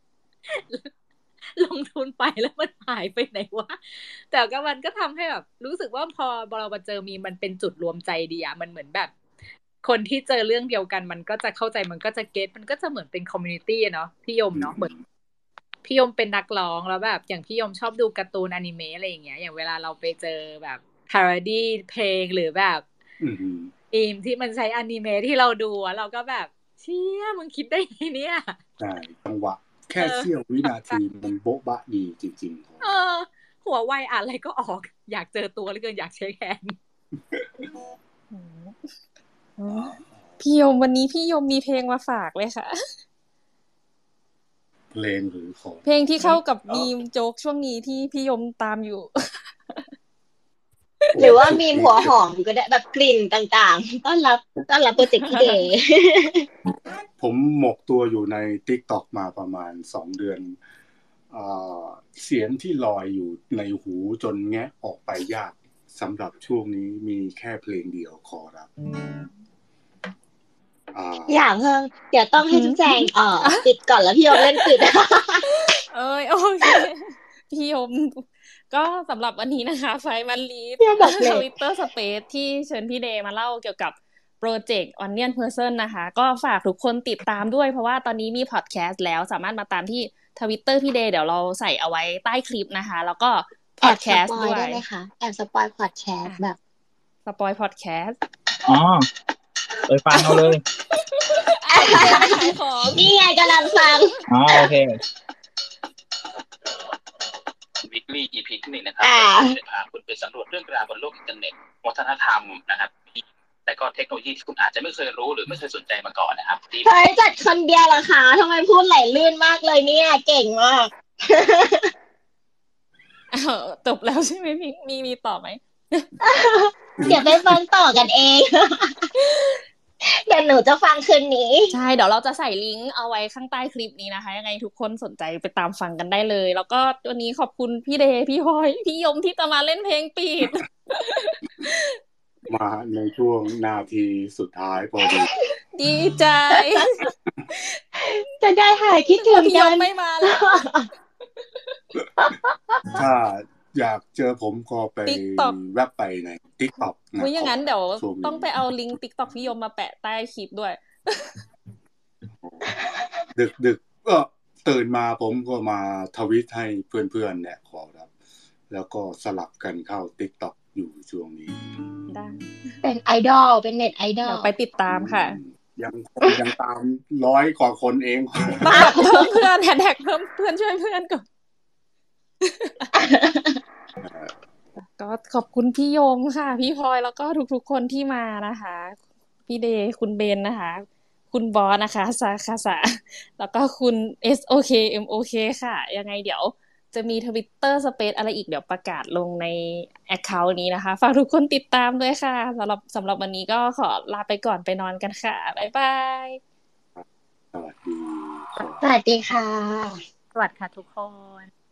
ลงทุนไปแล้วมันหายไปไหนวะแต่ก็มันก็ทำให้แบบรู้สึกว่าพอเรามาเจอมีมันเป็นจุดรวมใจดีอะมันเหมือนแบบคนที่เจอเรื่องเดียวกันมันก็จะเข้าใจมันก็จะเก็ตมันก็จะเหมือนเป็นคอมมูนิตี้เนาะพี่ยมเนาะเหมือนพี่ยมเป็นนักร้องแล้วแบบอย่างพี่ยมชอบดูการ์ตูนอนิเมะอะไรอย่างเงี้ยอย่างเวลาเราไปเจอแบบพาราดี้เพลงหรือแบบอีมที่มันใช้อนิเมะที่เราดูเราก็แบบเชี่ยมึงคิดได้ไงเนี่ยใช่จังหวะแค่เสี้ยววินาทีมันโบ๊ะบะดีจริงๆเออหัวไวอะไรก็ออกอยากเจอตัวเหลือเกินอยากเช็คแฮนด์พี่ยมวันนี้พี่ยมมีเพลงมาฝากเลยค่ะเพลงหรือของเพลงที่เข้ากับมีมโจ๊กช่วงนี้ที่พี่ยมตามอยู่หรือว่ามีมหัวหอมก็ได้แบบกลิ่นต่างๆต้อนรับต้อนรับโปรเจกต์พี่เดย์ผมหมกตัวอยู่ใน TikTok มาประมาณสองเดือนเอ่อเสียงที่ลอยอยู่ในหูจนแงะออกไปยากสำหรับช่วงนี้มีแค่เพลงเดียวขอรับอ่าอย่าเพิ่งเดี๋ยวต้องให้จุ๊บแจงเอ่อปิดก่อนแล้วพี่โยมเล่นปิดเอ้ยโอเคพี่ยมก็สำหรับวันนี้นะคะไฟมันลีดพี่ยมบอกเลยทวิตเตอร์สเปซที่เชิญพี่เดย์มาเล่าเกี่ยวกับโปรเจกต์ Onion Person นะคะก็ฝากทุกคนติดตามด้วยเพราะว่าตอนนี้มีพอดแคสต์แล้วสามารถมาตามที่ Twitter พี่เดย์เดี๋ยวเราใส่เอาไว้ใต้คลิปนะคะแล้วก็พแออดบแคสสปต์อยด้วยได้ไหมคะแอบสปอยพอดแคสต์แบบสปอยพอดแคสต์อ๋อไปฟังเอาเลยขายของนี่ไงกำลังฟังอ๋อโอเค Weekly อี พี ที่หนึ่งนะครับอ่าจะพาคุณไปสำรวจเรื่องราวบนโลกอินเทอร์เน็ตวัฒนธรรมนะครับแต่ก็เทคโนโลยีที่คุณอาจจะไม่เคยรู้หรือไม่เคยสนใจมาก่อนนะครับที่เฮ้ยจัดคนเดียวเหรอคะทำไมพูดไหลลื่นมากเลยเนี่ยเก่งมากอ้าวจบแล้วใช่ไหมมีมีมีต่อไหมเดี๋ยวไปฟังต่อกันเอง เดี๋ยวหนูจะฟังคืนนี้ใช่เดี๋ยวเราจะใส่ลิงก์เอาไว้ข้างใต้คลิปนี้นะคะยังไงทุกคนสนใจไปตามฟังกันได้เลย แล้วก็วันนี้ขอบคุณพี่เดย์พี่พลอยพี่ยมที่จะมาเล่นเพลงปิดมาในช่วงนาทีสุดท้ายพอดีดีใจจะได้หายคิดถึงพี่ยกัมนไม่มาแล้วถ้าอยากเจอผมก็ไป TikTok แวบไปใน TikTok นะอุ๊ยอย่างนั้นเดี๋ยวช่วนี้ต้องไปเอาลิงก์ TikTok พี่ยมมาแปะใต้คลิปด้วยดึกดึกก็ตื่นมาผมก็มาทวิตให้เพื่อนๆเนี่ยขอรับแล้วก็สลับกันเข้า TikTok อยู่ช่วงนี้ได้เป็นไอดอลเป็นเน็ตไอดอเดี๋ลยวไปติดตามค่ะยังยังตามร้อยกว่าคนเองต้องแบบเพิ่มเพื่อนแฮชแท็กเพิ่มเพื่อนช่วยเพื่อนก่อน ก็ขอบคุณพี่โยมค่ะพี่พลอยแล้วก็ทุกๆคนที่มานะคะพี่เดย์คุณเบนนะคะ คุณบอสนะคะสาคาสาแล้วก็คุณ เอส โอ เค เอ็ม โอ เค ค่ะ ยังไงเดี๋ยวจะมี Twitter Space อะไรอีกเดี๋ยวประกาศลงใน account นี้นะคะฝากทุกคนติดตามด้วยค่ะสำหรับสำหรับวันนี้ก็ขอลาไปก่อนไปนอนกันค่ะบ๊ายบายสวัสดีครับสวัสดีค่ะสวัสดีค่ะทุกคน